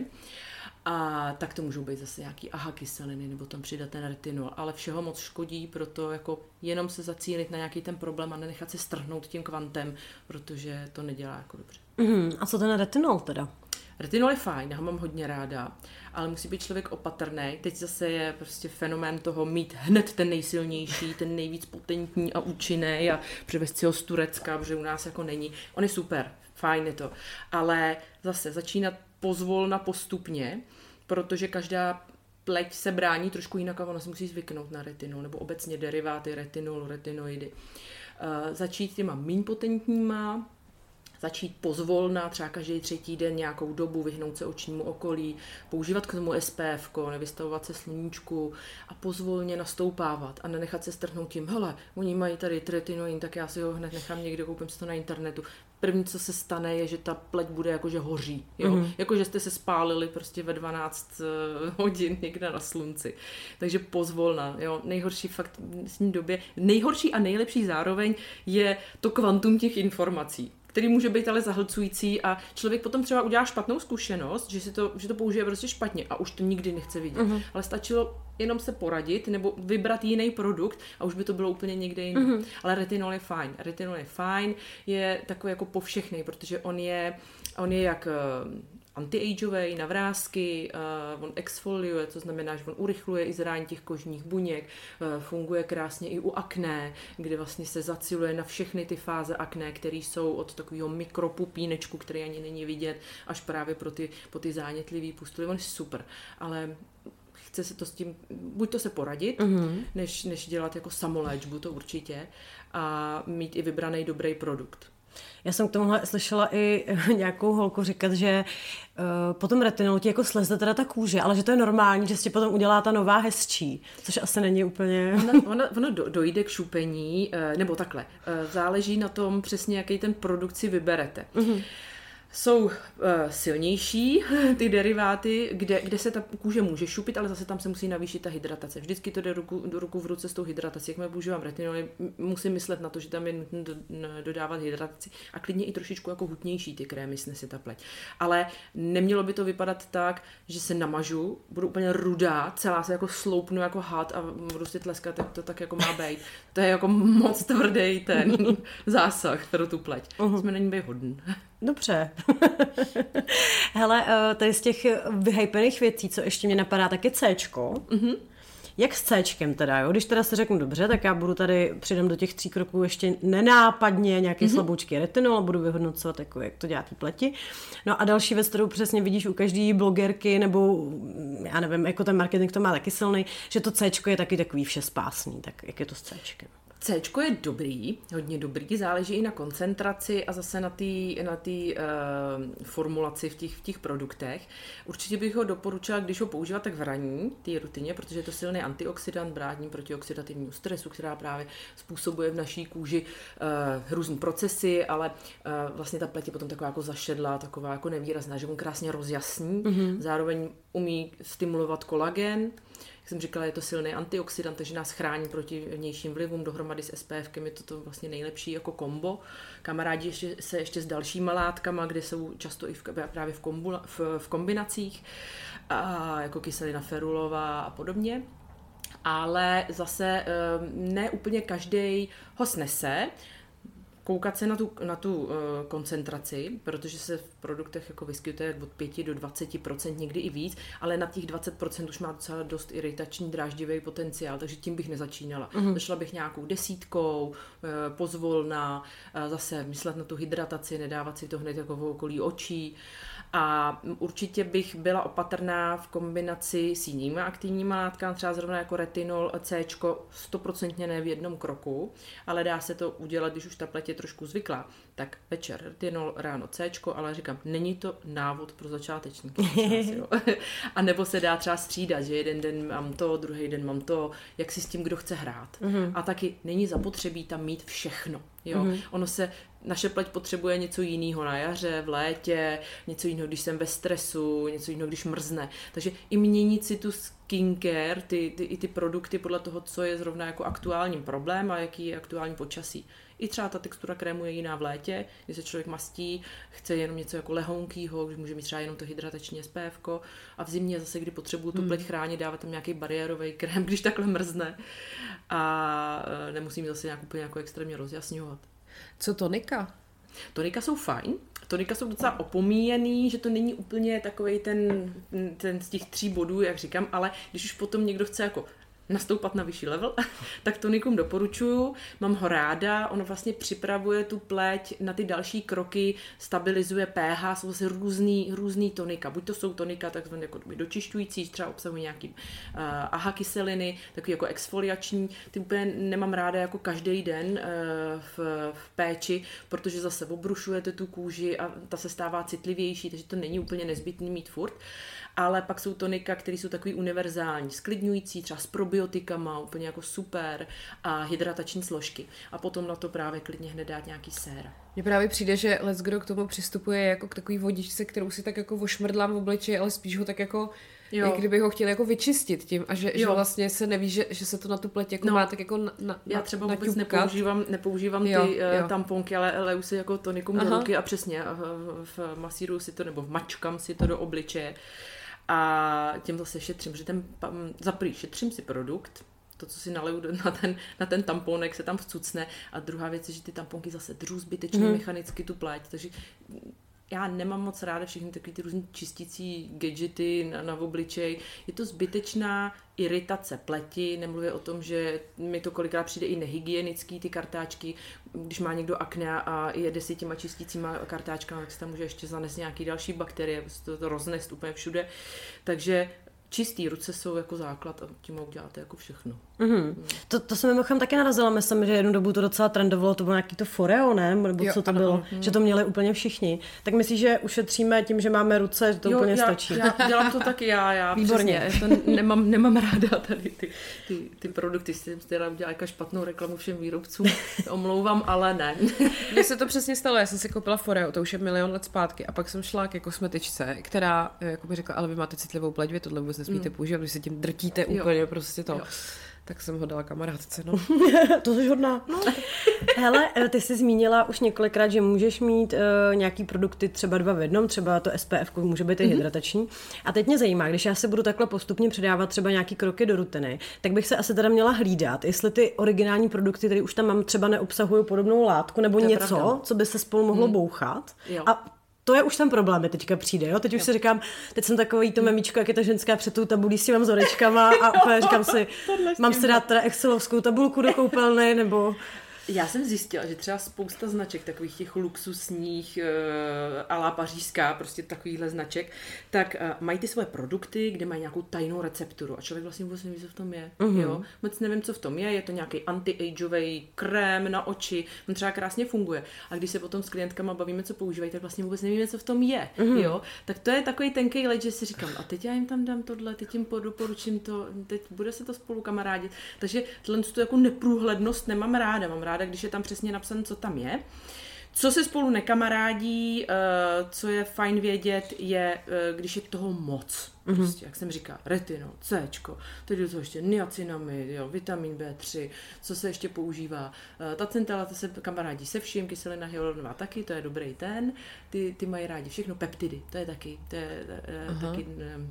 A tak to můžou být zase nějaký aha kyseliny, nebo tam přidat ten retinol, ale všeho moc škodí, proto jako jenom se zacílit na nějaký ten problém a nenechat se strhnout tím kvantem, protože to nedělá jako dobře. Mm, a co ten retinol teda? Retinol je fajn, já ho mám hodně ráda, ale musí být člověk opatrný. Teď zase je prostě fenomén toho mít hned ten nejsilnější, ten nejvíc potentní a účinný a přivést si ho z Turecka, protože u nás jako není. On je super, fajn je to, ale zase začínat pozvolna postupně, protože každá pleť se brání trošku jinak a ona se musí zvyknout na retinol, nebo obecně deriváty retinolu, retinoidy. Uh, začít těma míň potentníma, začít pozvolna, třeba každý třetí den nějakou dobu, vyhnout se očnímu okolí, používat k tomu S P F, nevystavovat se sluníčku a pozvolně nastoupávat a nenechat se strhnout tím, hele, oni mají tady retinoin, tak já si ho hned nechám někde, koupím si to na internetu. První, co se stane, je, že ta pleť bude jakože hoří. Jo? Mm-hmm. Jakože jste se spálili prostě ve dvanáct hodin někde na slunci. Takže pozvolna. Jo? Nejhorší fakt v dnešní době, nejhorší a nejlepší zároveň je to kvantum těch informací, který může být ale zahlcující a člověk potom třeba udělá špatnou zkušenost, že, si to, že to použije prostě špatně a už to nikdy nechce vidět. Mm-hmm. Ale stačilo jenom se poradit nebo vybrat jiný produkt a už by to bylo úplně někde jinde. Mm-hmm. Ale retinol je fajn. Retinol je fajn, je takový jako povšechný, protože on je, on je jak anti-ageový, na vrásky, uh, on exfoliuje, co znamená, že on urychluje i zrání těch kožních buněk, uh, funguje krásně i u akné, kde vlastně se zaciluje na všechny ty fáze akné, které jsou od takového mikropupínečku, který ani není vidět, až právě pro ty, po ty zánětlivý pustuly. On je super, ale chce se to s tím, buď to se poradit, mm-hmm. než, než dělat jako samoléčbu, to určitě, a mít i vybraný dobrý produkt. Já jsem k tomuhle slyšela i nějakou holku říkat, že uh, po tom retinolu ti jako sleze teda ta kůže, ale že to je normální, že si potom udělá ta nová hezčí, což asi není úplně... Ono, ono, ono dojde k šupení, uh, nebo takhle, uh, záleží na tom přesně, jaký ten produkt si vyberete. Mm-hmm. Jsou uh, silnější ty deriváty, kde, kde se ta kůže může šupit, ale zase tam se musí navýšit ta hydratace. Vždycky to jde ruku, do ruku v ruce s tou hydratací. Jak používám retinoly, musím myslet na to, že tam je nutné do, dodávat hydrataci a klidně i trošičku jako hutnější ty krémy snese ta pleť. Ale nemělo by to vypadat tak, že se namažu, budu úplně rudá, celá se jako sloupnu jako had a budu si tleskat, jak to tak jako má být. To je jako moc tvrdý ten zásah pro tu pleť. Uh-huh. Jsme na ní být hodný. Dobře. Hele, tady z těch vyhypených věcí, co ještě mě napadá, tak je Cčko. Mm-hmm. Jak s Cčkem teda, jo? Když teda si řeknu dobře, tak já budu tady, přidám do těch tří kroků ještě nenápadně nějaký mm-hmm. slaboučký retinol a budu vyhodnocovat, jako, jak to dělá ty pleti. No a další věc, kterou přesně vidíš u každý blogerky, nebo já nevím, jako ten marketing to má taky silný, že to Cčko je taky takový všespásný. Tak jak je to s Cčkem? Cčko je dobrý, hodně dobrý, záleží i na koncentraci a zase na té na tý, uh, formulaci v těch, v těch produktech. Určitě bych ho doporučila, když ho používat tak v ranní, té rutině, protože je to silný antioxidant, brání proti oxidativnímu stresu, která právě způsobuje v naší kůži uh, různý procesy, ale uh, vlastně ta pleť je potom taková jako zašedlá, taková jako nevýrazná, že on krásně rozjasní, mm-hmm. zároveň umí stimulovat kolagen. Jak jsem říkala, je to silný antioxidant, takže nás chrání proti vnějším vlivům, dohromady s S P F kem je to, to vlastně nejlepší jako kombo. Kamarádi ještě, se ještě s dalšíma látkama, kde jsou často i v, právě v, kombu, v, v kombinacích, a jako kyselina ferulová a podobně. Ale zase ne úplně každý ho snese. Koukat se na tu, na tu uh, koncentraci, protože se v produktech jako vyskytuje od pět do dvacet procent, někdy i víc, ale na těch dvacet procent už má docela dost iritační dráždivý potenciál, takže tím bych nezačínala. Mm-hmm. Začala bych nějakou desítkou, uh, pozvolna, uh, zase myslet na tu hydrataci, nedávat si to hned jako v okolí očí. A určitě bych byla opatrná v kombinaci s jinými aktivními látkami, třeba zrovna jako retinol, Cčko, stoprocentně ne v jednom kroku, ale dá se to udělat, když už ta pleť je trošku zvyklá. Tak večer retinol, ráno Cčko, ale říkám, není to návod pro začátečníky. A nebo se dá třeba střídat, že jeden den mám to, druhý den mám to, jak si s tím kdo chce hrát. Mm-hmm. A taky není zapotřebí tam mít všechno. Jo? Mm-hmm. Ono se, naše pleť potřebuje něco jiného na jaře, v létě, něco jiného, když jsem ve stresu, něco jiného, když mrzne. Takže i měnit si tu skincare, ty, ty, i ty produkty podle toho, co je zrovna jako aktuálním problém a jaký je aktuální počasí. I třeba ta textura krému je jiná v létě, když se člověk mastí, chce jenom něco jako lehounkýho, když může mít třeba jenom to hydratační S P F ko, a v zimě zase, kdy potřebuju tu pleť chránit, dávat tam nějaký bariérový krém, když takhle mrzne, a nemusím zase nějak úplně jako extrémně rozjasňovat. Co tonika? Tonika jsou fajn, tonika jsou docela opomíjený, že to není úplně takovej ten, ten z těch tří bodů, jak říkám, ale když už potom někdo chce jako nastoupat na vyšší level, tak tonikum doporučuju, mám ho ráda, ono vlastně připravuje tu pleť na ty další kroky, stabilizuje pH, jsou zase různý, různý tonika, buď to jsou tonika takzvané jako dočišťující, třeba obsahují nějaký uh, aha kyseliny, takový jako exfoliační, ty úplně nemám ráda jako každý den uh, v, v péči, protože zase obrušujete tu kůži a ta se stává citlivější, takže to není úplně nezbytný mít furt. Ale pak jsou tonika, které jsou takový univerzální, sklidňující, třeba s probiotikama, úplně jako super, a hydratační složky. A potom na to právě klidně hned dát nějaký séra. Mně právě přijde, že leckdo k tomu přistupuje jako k takový vodičce, kterou si tak jako vošmrdlám v obličeji, ale spíš ho tak jako, jo. jak kdyby ho chtěl jako vyčistit tím, a že, že vlastně se neví, že, že se to na tu pleť jako no. má tak jako na, na, Já třeba vůbec naťupkat. nepoužívám, nepoužívám jo, ty jo. tamponky, ale leju si jako tonikum do ruky a přesně v, v masíru si to, nebo v mačkám si to do obličeje. A tím zase šetřím, že ten za prvý šetřím si produkt, to, co si naleju na ten, na ten tamponek, se tam vcucne, a druhá věc je, že ty tamponky zase držou zbytečně mm. mechanicky tu pleť, takže já nemám moc ráda všechny takové ty různý čistící gadgety na, na obličej. Je to zbytečná iritace pleti, nemluvě o tom, že mi to kolikrát přijde i nehygienický, ty kartáčky, když má někdo akné a jede si těma čistícíma kartáčkama, tak se tam může ještě zanést nějaký další bakterie, to, to roznést úplně všude. Takže čistý ruce jsou jako základ a tím uděláte jako všechno. Mm-hmm. Mm. To, to se mimochodem taky narazila, myslím, že jednu dobu to docela trendovalo, to bylo nějaký to Foreo, ne? Nebo jo, co to ano, bylo, ano. Že to měli úplně všichni. Tak myslíš, že ušetříme tím, že máme ruce, že to jo, úplně já, stačí? Já dělám to taky já, já Výborně. Přesně, to nemám, nemám ráda tady ty, ty, ty produkty, s tím teda udělala jaká špatnou reklamu všem výrobcům, omlouvám, ale ne. Mně se to přesně stalo, já jsem si koupila Foreo, to už je milion let zpátky a pak jsem šla ke kosmetičce, která jako by řekla, ale vy máte citlivou pleť, vy tohle vůbec nesmíte mm. používat, když se tím drtíte jo. úplně prostě to. Jo. Tak jsem ho dala kamarádce, no. To jsi hodná. No. Hele, ty jsi zmínila už několikrát, že můžeš mít uh, nějaký produkty třeba dva v jednom, třeba to S P F může být i mm-hmm. hydratační. A teď mě zajímá, když já se budu takhle postupně předávat třeba nějaký kroky do rutiny, tak bych se asi teda měla hlídat, jestli ty originální produkty, které už tam mám, třeba neobsahují podobnou látku nebo něco, pravda. Co by se spolu mohlo mm. bouchat. Jo. A to je už ten problém, mi teďka přijde, jo? Teď už jo. si říkám, teď jsem takový to memíčko, jak je ta ženská před tou tabulí s těma vzorečkama a úplně říkám si, mám si dát teda excelovskou tabulku do koupelny, nebo... Já jsem zjistila, že třeba spousta značek, takových těch luxusních, uh, a la pařížská, prostě takovýhle značek, tak uh, mají ty svoje produkty, kde mají nějakou tajnou recepturu a člověk vlastně vůbec neví, co v tom je. Uh-huh. Jo? Moc nevím, co v tom je, je to nějaký anti-ageový krém na oči, on třeba krásně funguje. A když se potom s klientkama bavíme, co používají, tak vlastně vůbec nevíme, co v tom je. Uh-huh. Jo? Tak to je takový tenký led, že si říkám, a teď já jim tam dám tohle, teď jim doporučím to, teď bude se to spolu kamarádit. Takže tohle tu jako neprůhlednost nemám ráda, mám ráda, když je tam přesně napsané, co tam je. Co se spolu nekamarádí, co je fajn vědět, je, když je toho moc. Prostě, jak jsem říkala, retinol, Cčko, teď do toho ještě niacinamid, jo, vitamin B tři, co se ještě používá. Ta centela, ta se kamarádí se vším, kyselina hyaluronová taky, to je dobrý ten. Ty, ty mají rádi všechno, peptidy, to je taky, to je, to je taky,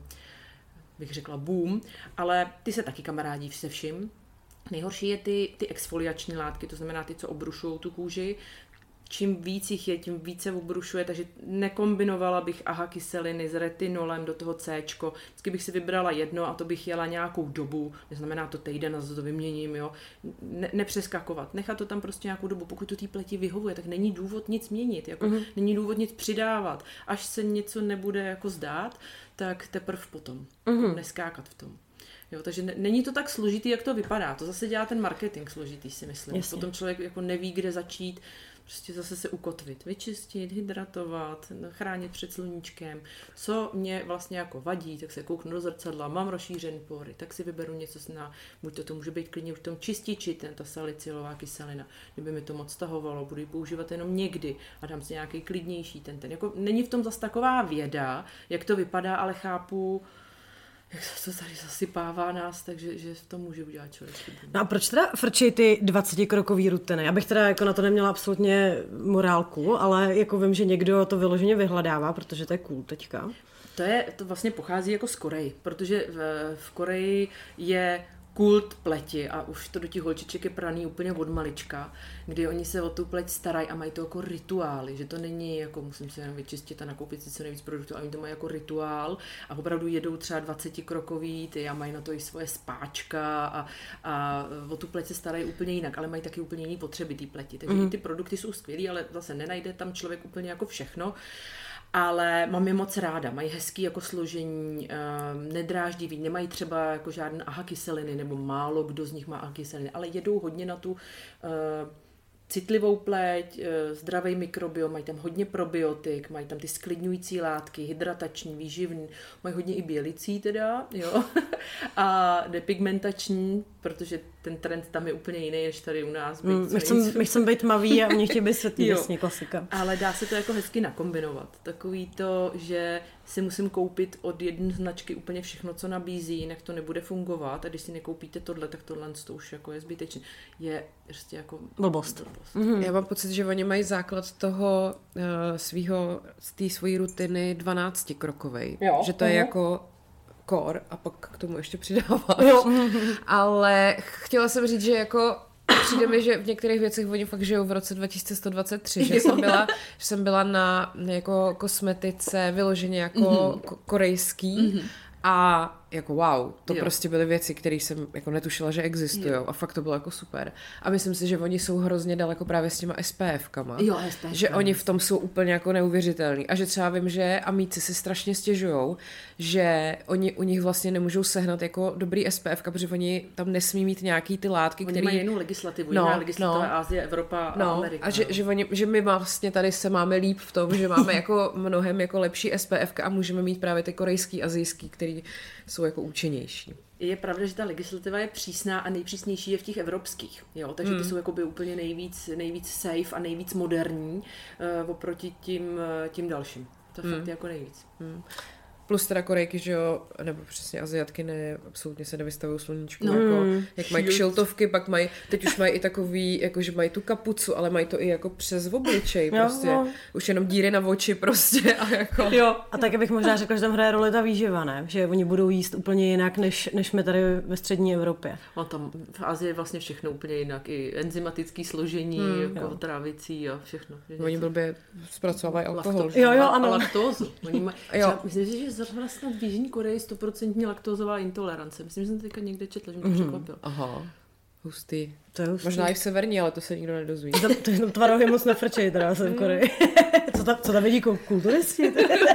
bych řekla, boom, ale ty se taky kamarádí se vším. Nejhorší je ty, ty exfoliační látky, to znamená ty, co obrušují tu kůži. Čím víc jich je, tím více obrušuje, takže nekombinovala bych aha kyseliny s retinolem do toho Cčko. Vždycky bych si vybrala jedno a to bych jela nějakou dobu, neznamená to týden a to vyměním, jo. Ne, nepřeskakovat, nechat to tam prostě nějakou dobu, pokud to té pleti vyhovuje, tak není důvod nic měnit, jako uh-huh. není důvod nic přidávat. Až se něco nebude jako zdát, tak teprv potom, uh-huh. neskákat v tom. Jo, takže ne, není to tak složitý, jak to vypadá. To zase dělá ten marketing složitý, si myslím. Jasně. Potom člověk jako neví, kde začít, prostě zase se ukotvit, vyčistit, hydratovat, chránit před sluníčkem. Co mě vlastně jako vadí, tak se kouknu do zrcadla, mám rozšířený pory, tak si vyberu něco na, buď to, to může být klidně už v tom čističi, ten, ta salicylová kyselina, kdyby mi to moc tahovalo, budu ji používat jenom někdy a dám si nějaký klidnější ten, ten. Jako, není v tom zase taková věda, jak to vypadá, ale chápu, jak se to tady zasypává nás, takže že v tom může udělat člověk. No a proč teda frčí ty dvacetikrokový rutiny? Já bych teda jako na to neměla absolutně morálku, ale jako vím, že někdo to vyloženě vyhledává, protože to je cool teďka. To je, to vlastně pochází jako z Koreji, protože v, v Koreji je kult pleti a už to do těch holčiček je praný úplně od malička, kdy oni se o tu pleť starají a mají to jako rituály, že to není jako musím se jenom vyčistit a nakoupit si co nejvíc produktů, a oni to mají jako rituál a opravdu jedou třeba dvacetikrokový ty a mají na to i svoje spáčka a, a o tu pleť se starají úplně jinak, ale mají taky úplně jiný potřeby té pleti, takže mm. ty produkty jsou skvělý, ale zase nenajde tam člověk úplně jako všechno. Ale mám je moc ráda, mají hezký jako složení, um, nedráždivý, nemají třeba jako žádné aha kyseliny, nebo málo kdo z nich má aha kyseliny, ale jedou hodně na tu uh, citlivou pleť, uh, zdravý mikrobiom, mají tam hodně probiotik, mají tam ty sklidňující látky, hydratační, výživný, mají hodně i bělicí teda, jo, a depigmentační, protože ten trend tam je úplně jiný, než tady u nás. Mm, my, chcem, my chcem být tmavý a u nich chtějí být světlý, jasně, klasika. Ale dá se to jako hezky nakombinovat. Takový to, že si musím koupit od jedné značky úplně všechno, co nabízí, jinak to nebude fungovat a když si nekoupíte tohle, tak tohle to už jako je zbytečné. Je prostě jako blbost. blbost. Mm-hmm. Já mám pocit, že oni mají základ toho uh, svýho, z té svojí rutiny dvanáctikrokovej. Jo. Že to uh-huh. je jako core a pak k tomu ještě přidávat. Jo. Ale chtěla jsem říct, že jako přijde mi, že v některých věcech oni fakt žijou v roce dva tisíce sto dvacet tři, že jsem byla, že jsem byla na jako kosmetice vyloženě jako mm-hmm. korejský mm-hmm. A jako wow, to Jo. prostě byly věci, které jsem jako netušila, že existují a fakt to bylo jako super. A myslím si, že oni jsou hrozně daleko právě s těma SPFkama. Jo, S P F. Že oni v tom jsou úplně jako neuvěřitelní. A že třeba vím, že amíci si strašně stěžujou, že oni u nich vlastně nemůžou sehnat jako dobrý S P F, protože oni tam nesmí mít nějaký ty látky, Oni které... mají jinou legislativu, No, jiná legislativa no. Asie, Evropa a No, Amerika. a že, že, oni, že my vlastně tady se máme líp v tom, že máme jako mnohem jako lepší S P F a můžeme mít právě ty korejský, asijský, který jsou jako účinnější. Je pravda, že ta legislativa je přísná a nejpřísnější je v těch evropských, jo, takže ty Hmm. jsou jakoby úplně nejvíc, nejvíc safe a nejvíc moderní uh, oproti tím, uh, tím dalším. To Hmm. fakt je jako nejvíc. Hmm. Plus teda Korejky, že jo, nebo přesně Aziatky ne, absolutně se nevystavují sluníčku, No. jako, Mm. jak mají kšiltovky, pak mají, teď už mají i takový, jako že mají tu kapucu, ale mají to i jako přes obličej, Jo, prostě, no. už jenom díry na oči prostě a jako... Jo, a tak bych možná řekla, že tam hraje roli ta výživa, ne? Že oni budou jíst úplně jinak, než, než my tady ve střední Evropě. No tam v Asii je vlastně všechno úplně jinak, i enzymatické složení, Hmm, jako jo. trávicí a všechno. Oni blbě zpracovávají alkohol. Lakto- Jo, jo, a- ano. A laktózu. Oni mají, Jo. třeba, myslím si, že zrovna snad v Jižní Koreji stoprocentní laktózová intolerance. Myslím, že jsem to teďka někde četla, že mě to překvapilo. Aha, hustý. To je hustý. Možná i v severní, ale to se nikdo nedozví. To, to jenom tvarohy moc nefrčej, teda jsem v Koreji. co, tam, co tam vidí kou- kulturisti?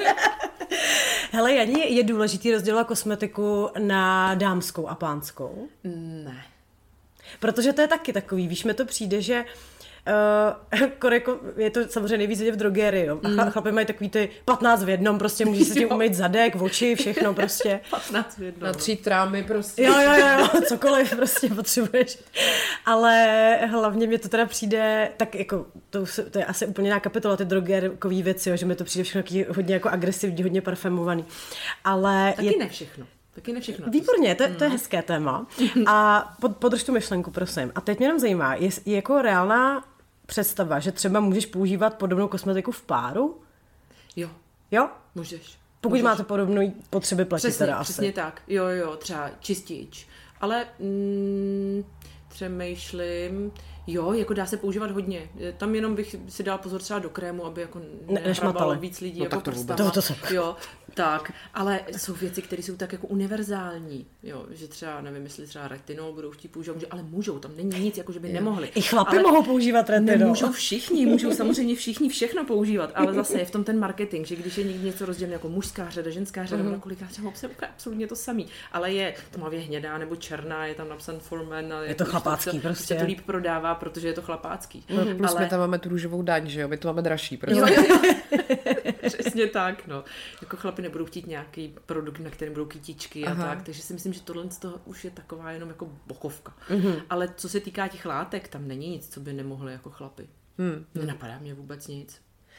Hele, Jani, je důležitý rozdělovat kosmetiku na dámskou a pánskou? Ne. Protože to je taky takový, víš, mi to přijde, že Uh, Korejko, je to samozřejmě nejvíc vidět v drogerii, jo. A mm. chlapi mají takový ty patnáct v jednom, prostě můžeš si tím umýt zadek, oči, všechno prostě. patnáct v jednom. Na tři trámy prostě. Jo, jo, jo, jo, cokoliv prostě potřebuješ. Ale hlavně mě to teda přijde, tak jako, to, se- to je asi úplně nějaká kapitola, ty drogerkový věci, jo, že mi to přijde všechno taky hodně jako agresivní, hodně parfumovaný. Ale Taky je, ne všechno. Taky ne všechno. výborně, to, to je hezké téma. A pod, podrž tu myšlenku, prosím. A teď mě jenom zajímá, je, je jako reálná představa, že třeba můžeš používat podobnou kosmetiku v páru? Jo, Jo? můžeš. Pokud můžeš. máte podobné potřeby platit Přesně, teda přesně asi. tak. Jo, jo, třeba čistič. Ale mm, přemýšlím, jo, jako dá se používat hodně. Tam jenom bych si dal pozor třeba do krému, aby jako Ne- nehrabalo nešmatali. víc lidí No jako tak to vůbec. prstama. To- to se- Jo, tak. Ale jsou věci, které jsou tak jako univerzální. Jo, že třeba, nevím, jestli třeba retinol budou chtít používat, může, ale můžou, tam není nic, jako že by nemohli. I chlapi ale mohou používat retinol. Nemůžou všichni, můžou samozřejmě všichni všechno používat, ale zase je v tom ten marketing, že když je někdy něco rozdělené jako mužská řada, ženská řada, mm-hmm. koliká třeba obsahuje absolutně to samý, ale je tmavě hnědá nebo černá, je tam napsan for men, ale Je to už chlapácký to, prostě. Se to líp prodává, protože je to chlapácký. Mm, plus ale... my tam máme tu růžovou daň, že jo, my to máme dražší. Prostě. Jo, jo, jo. Přesně tak, no. Jako chlapi nebudou chtít nějaký produkt, na kterém budou kytičky a Aha. tak, takže si myslím, že tohle z toho už je taková jenom jako bokovka. Mhm. Mm-hmm. Ale co se týká těch látek, tam není nic, co by nemohli jako chlapi. Hmm. Nenapadá mě vůbec nic.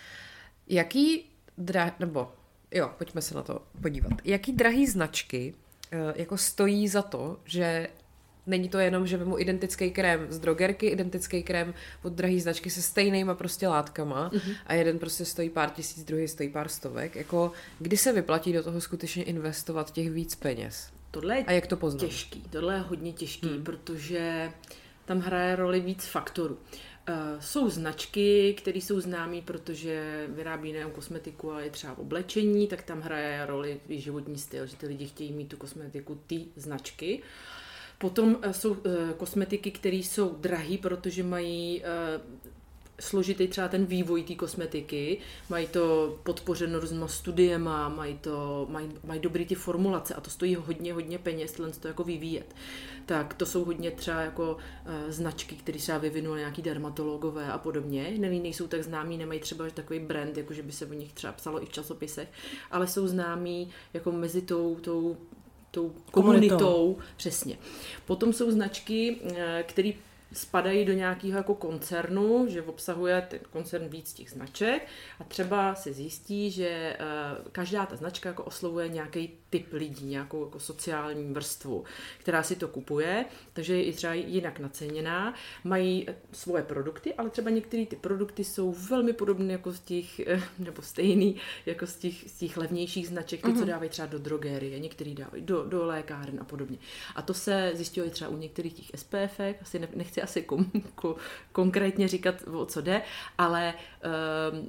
Jaký drah... nebo jo, pojďme se na to podívat. Jaký drahý značky eh, jako stojí za to, že není to jenom, že vemu identický krém z drogerky, identický krém od drahý značky se stejnýma prostě látkama mm-hmm. a jeden prostě stojí pár tisíc, druhý stojí pár stovek. Jako, kdy se vyplatí do toho skutečně investovat těch víc peněz? Tohle je A jak to poznat? těžký, tohle je hodně těžký, Hmm. protože tam hraje roli víc faktorů. Uh, jsou značky, které jsou známé, protože vyrábí nejen kosmetiku, ale i třeba oblečení, tak tam hraje roli i životní styl, že ty lidi chtějí mít tu kosmetiku ty značky. Potom uh, jsou uh, kosmetiky, které jsou drahé, protože mají uh, složitý třeba ten vývoj té kosmetiky, mají to podpořeno různýma studiema, mají, to, mají, mají dobrý ty formulace a to stojí hodně, hodně peněz, tohle to jako vyvíjet. Tak to jsou hodně třeba jako uh, značky, které třeba vyvinuli nějaký dermatologové a podobně. Neví, nejsou tak známí, nemají třeba takový brand, jako že by se o nich třeba psalo i v časopisech, ale jsou známí jako mezi tou, tou tou komunitou. komunitou. Přesně. Potom jsou značky, které spadají do nějakého jako koncernu, že obsahuje ten koncern víc těch značek a třeba se zjistí, že uh, každá ta značka jako oslovuje nějaký typ lidí, nějakou jako sociální vrstvu, která si to kupuje, takže je i třeba jinak naceněná. Mají svoje produkty, ale třeba některé ty produkty jsou velmi podobné jako z těch, nebo stejný jako z těch, z těch levnějších značek, ty, uh-huh. co dávají třeba do drogerie, některý dávají do, do lékáren a podobně. A to se zjistilo i třeba u některých těch S P F ek, asi ne, nechci asi kom, ko, konkrétně říkat, o co jde, ale um,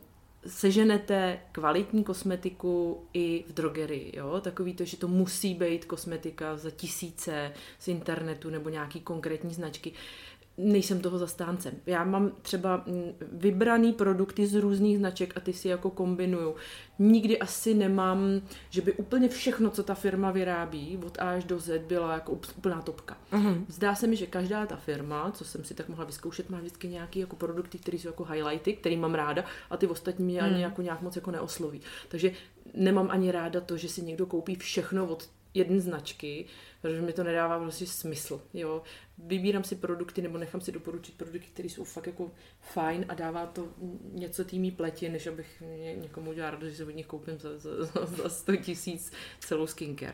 seženete kvalitní kosmetiku i v drogerii, jo? Takový to, že to musí být kosmetika za tisíce z internetu nebo nějaký konkrétní značky. Nejsem toho zastáncem. Já mám třeba vybraný produkty z různých značek a ty si jako kombinuju. Nikdy asi nemám, že by úplně všechno, co ta firma vyrábí, od A až do Z, byla jako úplná topka. Uh-huh. Zdá se mi, že každá ta firma, co jsem si tak mohla vyzkoušet, má vždycky nějaký jako produkty, které jsou jako highlighty, který mám ráda a ty ostatní mě uh-huh. ani jako nějak moc jako neosloví. Takže nemám ani ráda to, že si někdo koupí všechno od jedné značky, protože mi to nedává prostě smysl. Jo. Vybírám si produkty nebo nechám si doporučit produkty, které jsou fakt jako fajn a dává to něco týmí pleti, než abych ně, někomu udělala radost, že se od nich koupím za, za, za sto tisíc celou skincare.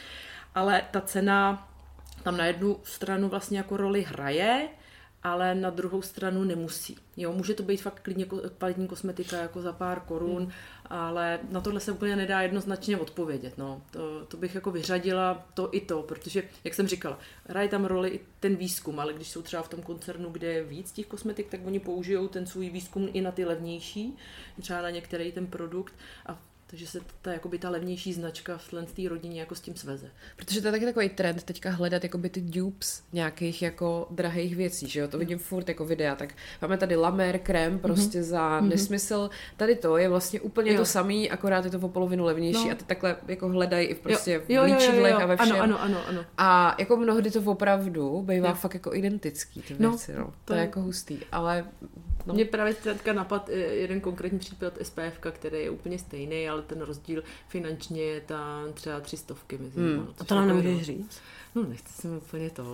Ale ta cena tam na jednu stranu vlastně jako roli hraje, ale na druhou stranu nemusí. Jo, může to být fakt klidně kvalitní kosmetika jako za pár korun, hmm. ale na tohle se úplně nedá jednoznačně odpovědět. No. To, to bych jako vyřadila to i to, protože, jak jsem říkala, hraje tam roli i ten výzkum, ale když jsou třeba v tom koncernu, kde je víc těch kosmetik, tak oni použijou ten svůj výzkum i na ty levnější, třeba na některý ten produkt a takže se ta, jakoby ta levnější značka v té rodině jako s tím sveze. Protože to je taky takový trend teďka hledat jakoby ty dupes nějakých jako drahých věcí, že jo, to vidím furt jako videa, tak máme tady La Mer krém prostě mm-hmm. za mm-hmm. nesmysl, tady to je vlastně úplně jo. to samý, akorát je to o polovinu levnější no. a ty takhle jako hledají i prostě jo. v líčidlech a ve všem. Ano, ano, ano, ano. A jako mnohdy to opravdu bývá jo. fakt jako identický ty věci, no, no. To, to je jako hustý, ale no. Mně právě teďka napad jeden konkrétní případ S P F, který je úplně stejný, ale ten rozdíl finančně je tam třeba tři stovky mezi hmm. A to nám nemůžeš říct? No, nechci si úplně toho.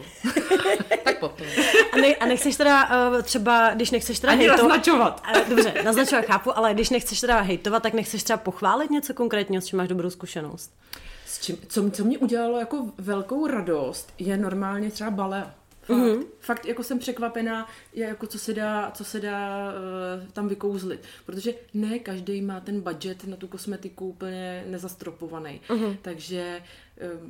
Tak potom. A, ne, a nechceš teda uh, třeba, když nechceš teda ani hejtovat... naznačovat. Uh, dobře, naznačovat chápu, ale když nechceš teda hejtovat, tak nechceš třeba pochválit něco konkrétního, s čím máš dobrou zkušenost? S čím, co, co mě udělalo jako velkou radost, je normálně třeba Balea. Fakt, mm-hmm. fakt jako jsem překvapená, jako co se dá, co se dá uh, tam vykouzlit. Protože ne každý má ten budget na tu kosmetiku úplně nezastropovaný. Mm-hmm. Takže uh,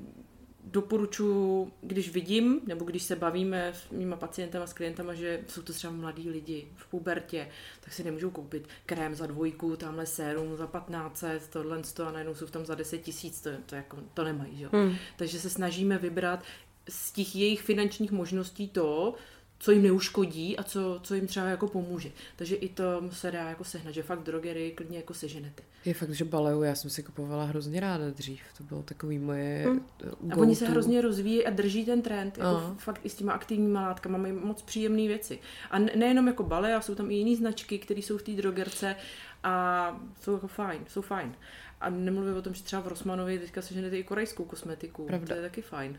doporučuji, když vidím, nebo když se bavíme s mýma pacientama, s klientama, že jsou to třeba mladí lidi v pubertě, tak si nemůžou koupit krém za dvojku, tamhle sérum za patnáct set, tohle a najednou jsou tam za deset tisíc, to, to, jako, to nemají. Že? Mm. Takže se snažíme vybrat z těch jejich finančních možností to, co jim neuškodí a co, co jim třeba jako pomůže. Takže i to se dá jako sehnat, že fakt drogery klidně jako seženete. Je fakt, že Baleu já jsem si kupovala hrozně ráda dřív. To bylo takový moje hmm. A oni se hrozně rozvíjí a drží ten trend. Jako fakt i s těma aktivníma látkama mají moc příjemné věci. A nejenom jako Balea, jsou tam i jiné značky, které jsou v té drogerce a jsou jako fajn, jsou fajn. A nemluvím o tom, že třeba v Rossmanovi teďka seženete i korejskou kosmetiku. Pravda. To je taky fajn.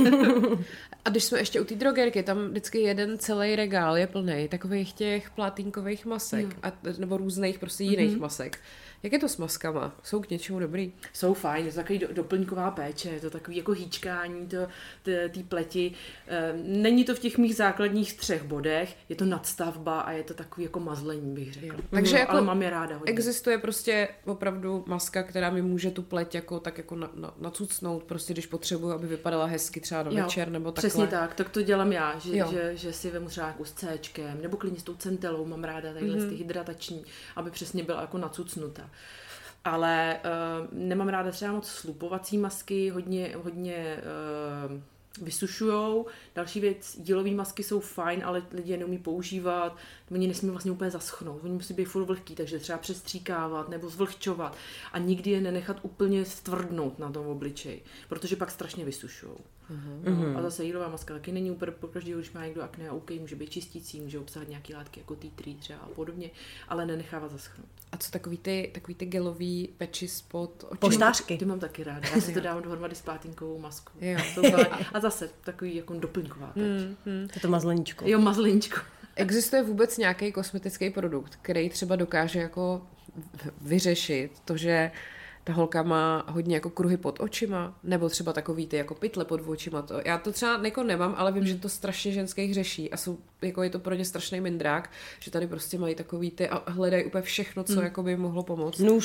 A když jsme ještě u té drogerky, tam vždycky jeden celý regál je plný takových těch platínkových masek, a, nebo různých prostě jiných mm-hmm. masek. Jak je to s maskama? Jsou k něčemu dobrý? Jsou fajn, je to takový do, doplňková péče, je to takový jako hýčkání té pleti. E, není to v těch mých základních třech bodech, je to nadstavba a je to takový jako mazlení, bych řekla. Takže no, jako ale mám je ráda hodně. Existuje prostě opravdu maska, která mi může tu pleť jako, tak jako na, na, nacucnout, prostě když potřebuji, aby vypadala hezky třeba na jo, večer nebo takhle. Přesně tak, tak to dělám já, že, že, že si vemu třeba jako s Cčkem, nebo klidně s tou centelou, mám ráda tadyhle mm-hmm. ty hydratační, aby přesně byla jako nacucnuta. Ale uh, nemám ráda třeba moc slupovací masky, hodně, hodně uh, vysušujou. Další věc, dílové masky jsou fajn, ale lidi je neumí používat. Oni nesmí vlastně úplně zaschnout. Oni musí být furt vlhký, takže třeba přestříkávat nebo zvlhčovat a nikdy je nenechat úplně stvrdnout na tom obličeji, protože pak strašně vysušujou. Uh-huh. No, a zase jílová maska taky není úplně pro každého, když má někdo akné a OK, může být čistící, může obsahovat nějaké látky jako tea tree třeba a podobně, ale nenechávat zaschnout. A co takový ty, takový ty gelový peči spod očí? Poštářky. Ty mám taky ráda. Já si to dávám dohromady s plátínkovou maskou. A zase takový jako doplňková peč. Hmm, hmm. Je to mazleníčko. Jo, mazleníčko. Existuje vůbec nějaký kosmetický produkt, který třeba dokáže jako vyřešit to, že ta holka má hodně jako kruhy pod očima, nebo třeba takový ty jako pytle pod očima. To. Já to třeba jako nemám, ale vím, že to strašně ženských řeší a jsou, jako je to pro ně strašný mindrák, že tady prostě mají takový ty a hledají úplně všechno, co mm. jako by mohlo pomoct. Nůž.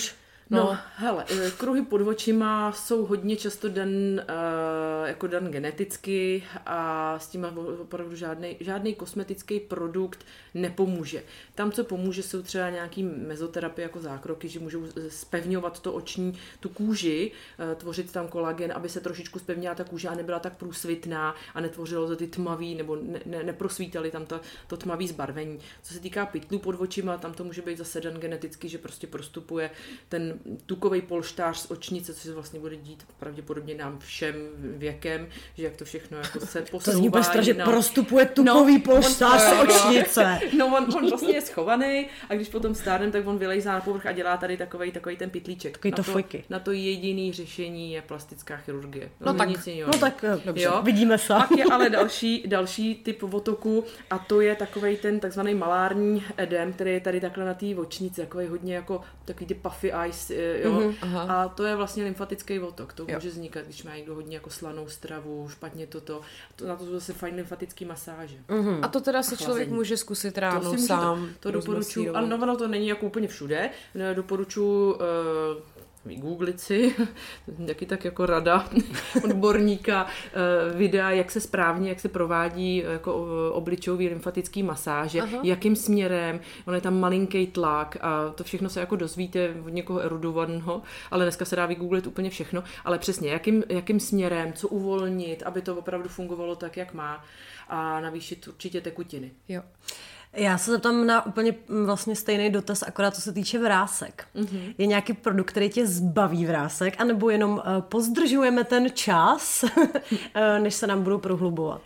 No, no hele, kruhy pod očima jsou hodně často dan, uh, jako dan geneticky a s tím opravdu žádný, žádný kosmetický produkt nepomůže. Tam, co pomůže, jsou třeba nějaký mezoterapie jako zákroky, že můžou spevňovat to oční, tu kůži, uh, tvořit tam kolagen, aby se trošičku spevnila ta kůže a nebyla tak průsvitná a netvořilo to ty tmavý, nebo ne, ne, neprosvítali tam ta, to tmavý zbarvení. Co se týká pytlů pod očima, tam to může být zase dan geneticky, že prostě prostupuje ten tukový polštář z očnice, co se vlastně bude dít pravděpodobně nám všem věkem, že jak to všechno jako se posouvá. To zní bez že prostupuje tukový no, polštář z očnice. No on, on vlastně je schovaný a když potom stárnem, tak on vylejzá na povrch a dělá tady takovej, takovej ten pytlíček. Takový to na, to, na to jediný řešení je plastická chirurgie. No, no tak, no tak dobře, jo? Vidíme se. Pak je ale další, další typ otoku a to je takovej ten takzvaný malární edém, který je tady takhle na té očnici, takový hodně jako takový ty puffy eyes, jo. Mm-hmm, a to je vlastně lymfatický otok. To jo. Může vznikat, když má někdo hodně jako slanou stravu, špatně toto. To, na to jsou zase fajn lymfatický masáže. Mm-hmm. A to teda si člověk může zkusit ráno to sám. To, to doporučuji, ale no, to není jako úplně všude. Doporučuji uh, vygooglit si, taky tak jako rada odborníka, videa, jak se správně, jak se provádí jako obličejový lymfatický masáže, aha, jakým směrem, on je tam malinký tlak a to všechno se jako dozvíte od někoho erudovaného, ale dneska se dá vygooglit úplně všechno, ale přesně, jakým, jakým směrem, co uvolnit, aby to opravdu fungovalo tak, jak má a navýšit určitě tekutiny. Jo. Já se zeptám na úplně vlastně stejný dotaz, akorát co se týče vrásek. Mm-hmm. Je nějaký produkt, který tě zbaví vrásek, anebo jenom uh, pozdržujeme ten čas, než se nám budou prohlubovat?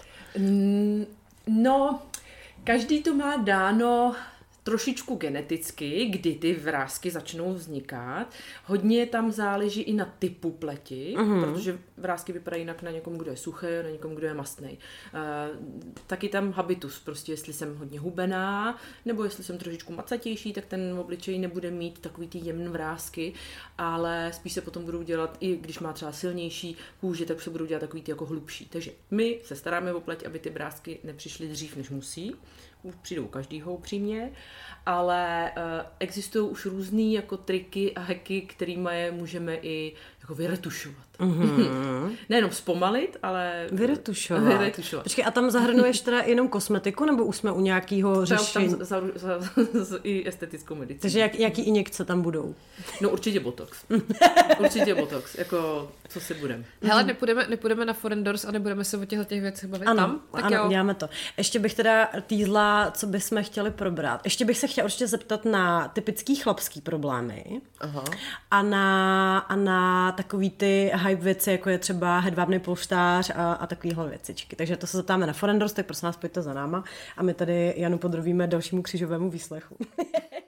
No, každý to má dáno trošičku geneticky, kdy ty vrásky začnou vznikat. Hodně tam záleží i na typu pleti, uh-huh, protože vrásky vypadají jinak na někom, kdo je suchý, na někom, kdo je mastnej. Uh, taky tam habitus, prostě jestli jsem hodně hubená, nebo jestli jsem trošičku macatější, tak ten obličej nebude mít takový ty jemné vrásky, ale spíš se potom budou dělat, i když má třeba silnější kůži, tak se budou dělat takový ty jako hlubší. Takže my se staráme o pleť, aby ty vrásky nepřišly dřív, než musí. Přijdou každýho upřímně, ale uh, existují už různý jako triky a hacky, kterými je můžeme i jako vyretušovat. Mm-hmm. Nejenom zpomalit, ale vyretušovat. vyretušovat. Počkej, a tam zahrnuješ teda jenom kosmetiku, nebo už jsme u nějakého řešení? Tam za, za, za, za, i estetickou medicínu. Takže jak, jaký injekce tam budou? No určitě botox. Určitě botox. Jako, co si budeme. Hele, nepůjdeme, nepůjdeme na Foreign Doors a nebudeme se o těchto těch věcech bavit ano, tam? Tak ano, jo. Uděláme to. Ještě bych teda týdla, co bychom chtěli probrat. Ještě bych se chtěla určitě zeptat na typický chlapský problémy. Aha. A na, a na takový ty hype věci, jako je třeba hedvábný polštář a, a takovýhle věcičky. Takže to se zeptáme na Foreign Doors, tak prosím nás pojďte za náma a my tady Janu podrobíme dalšímu křížovému výslechu.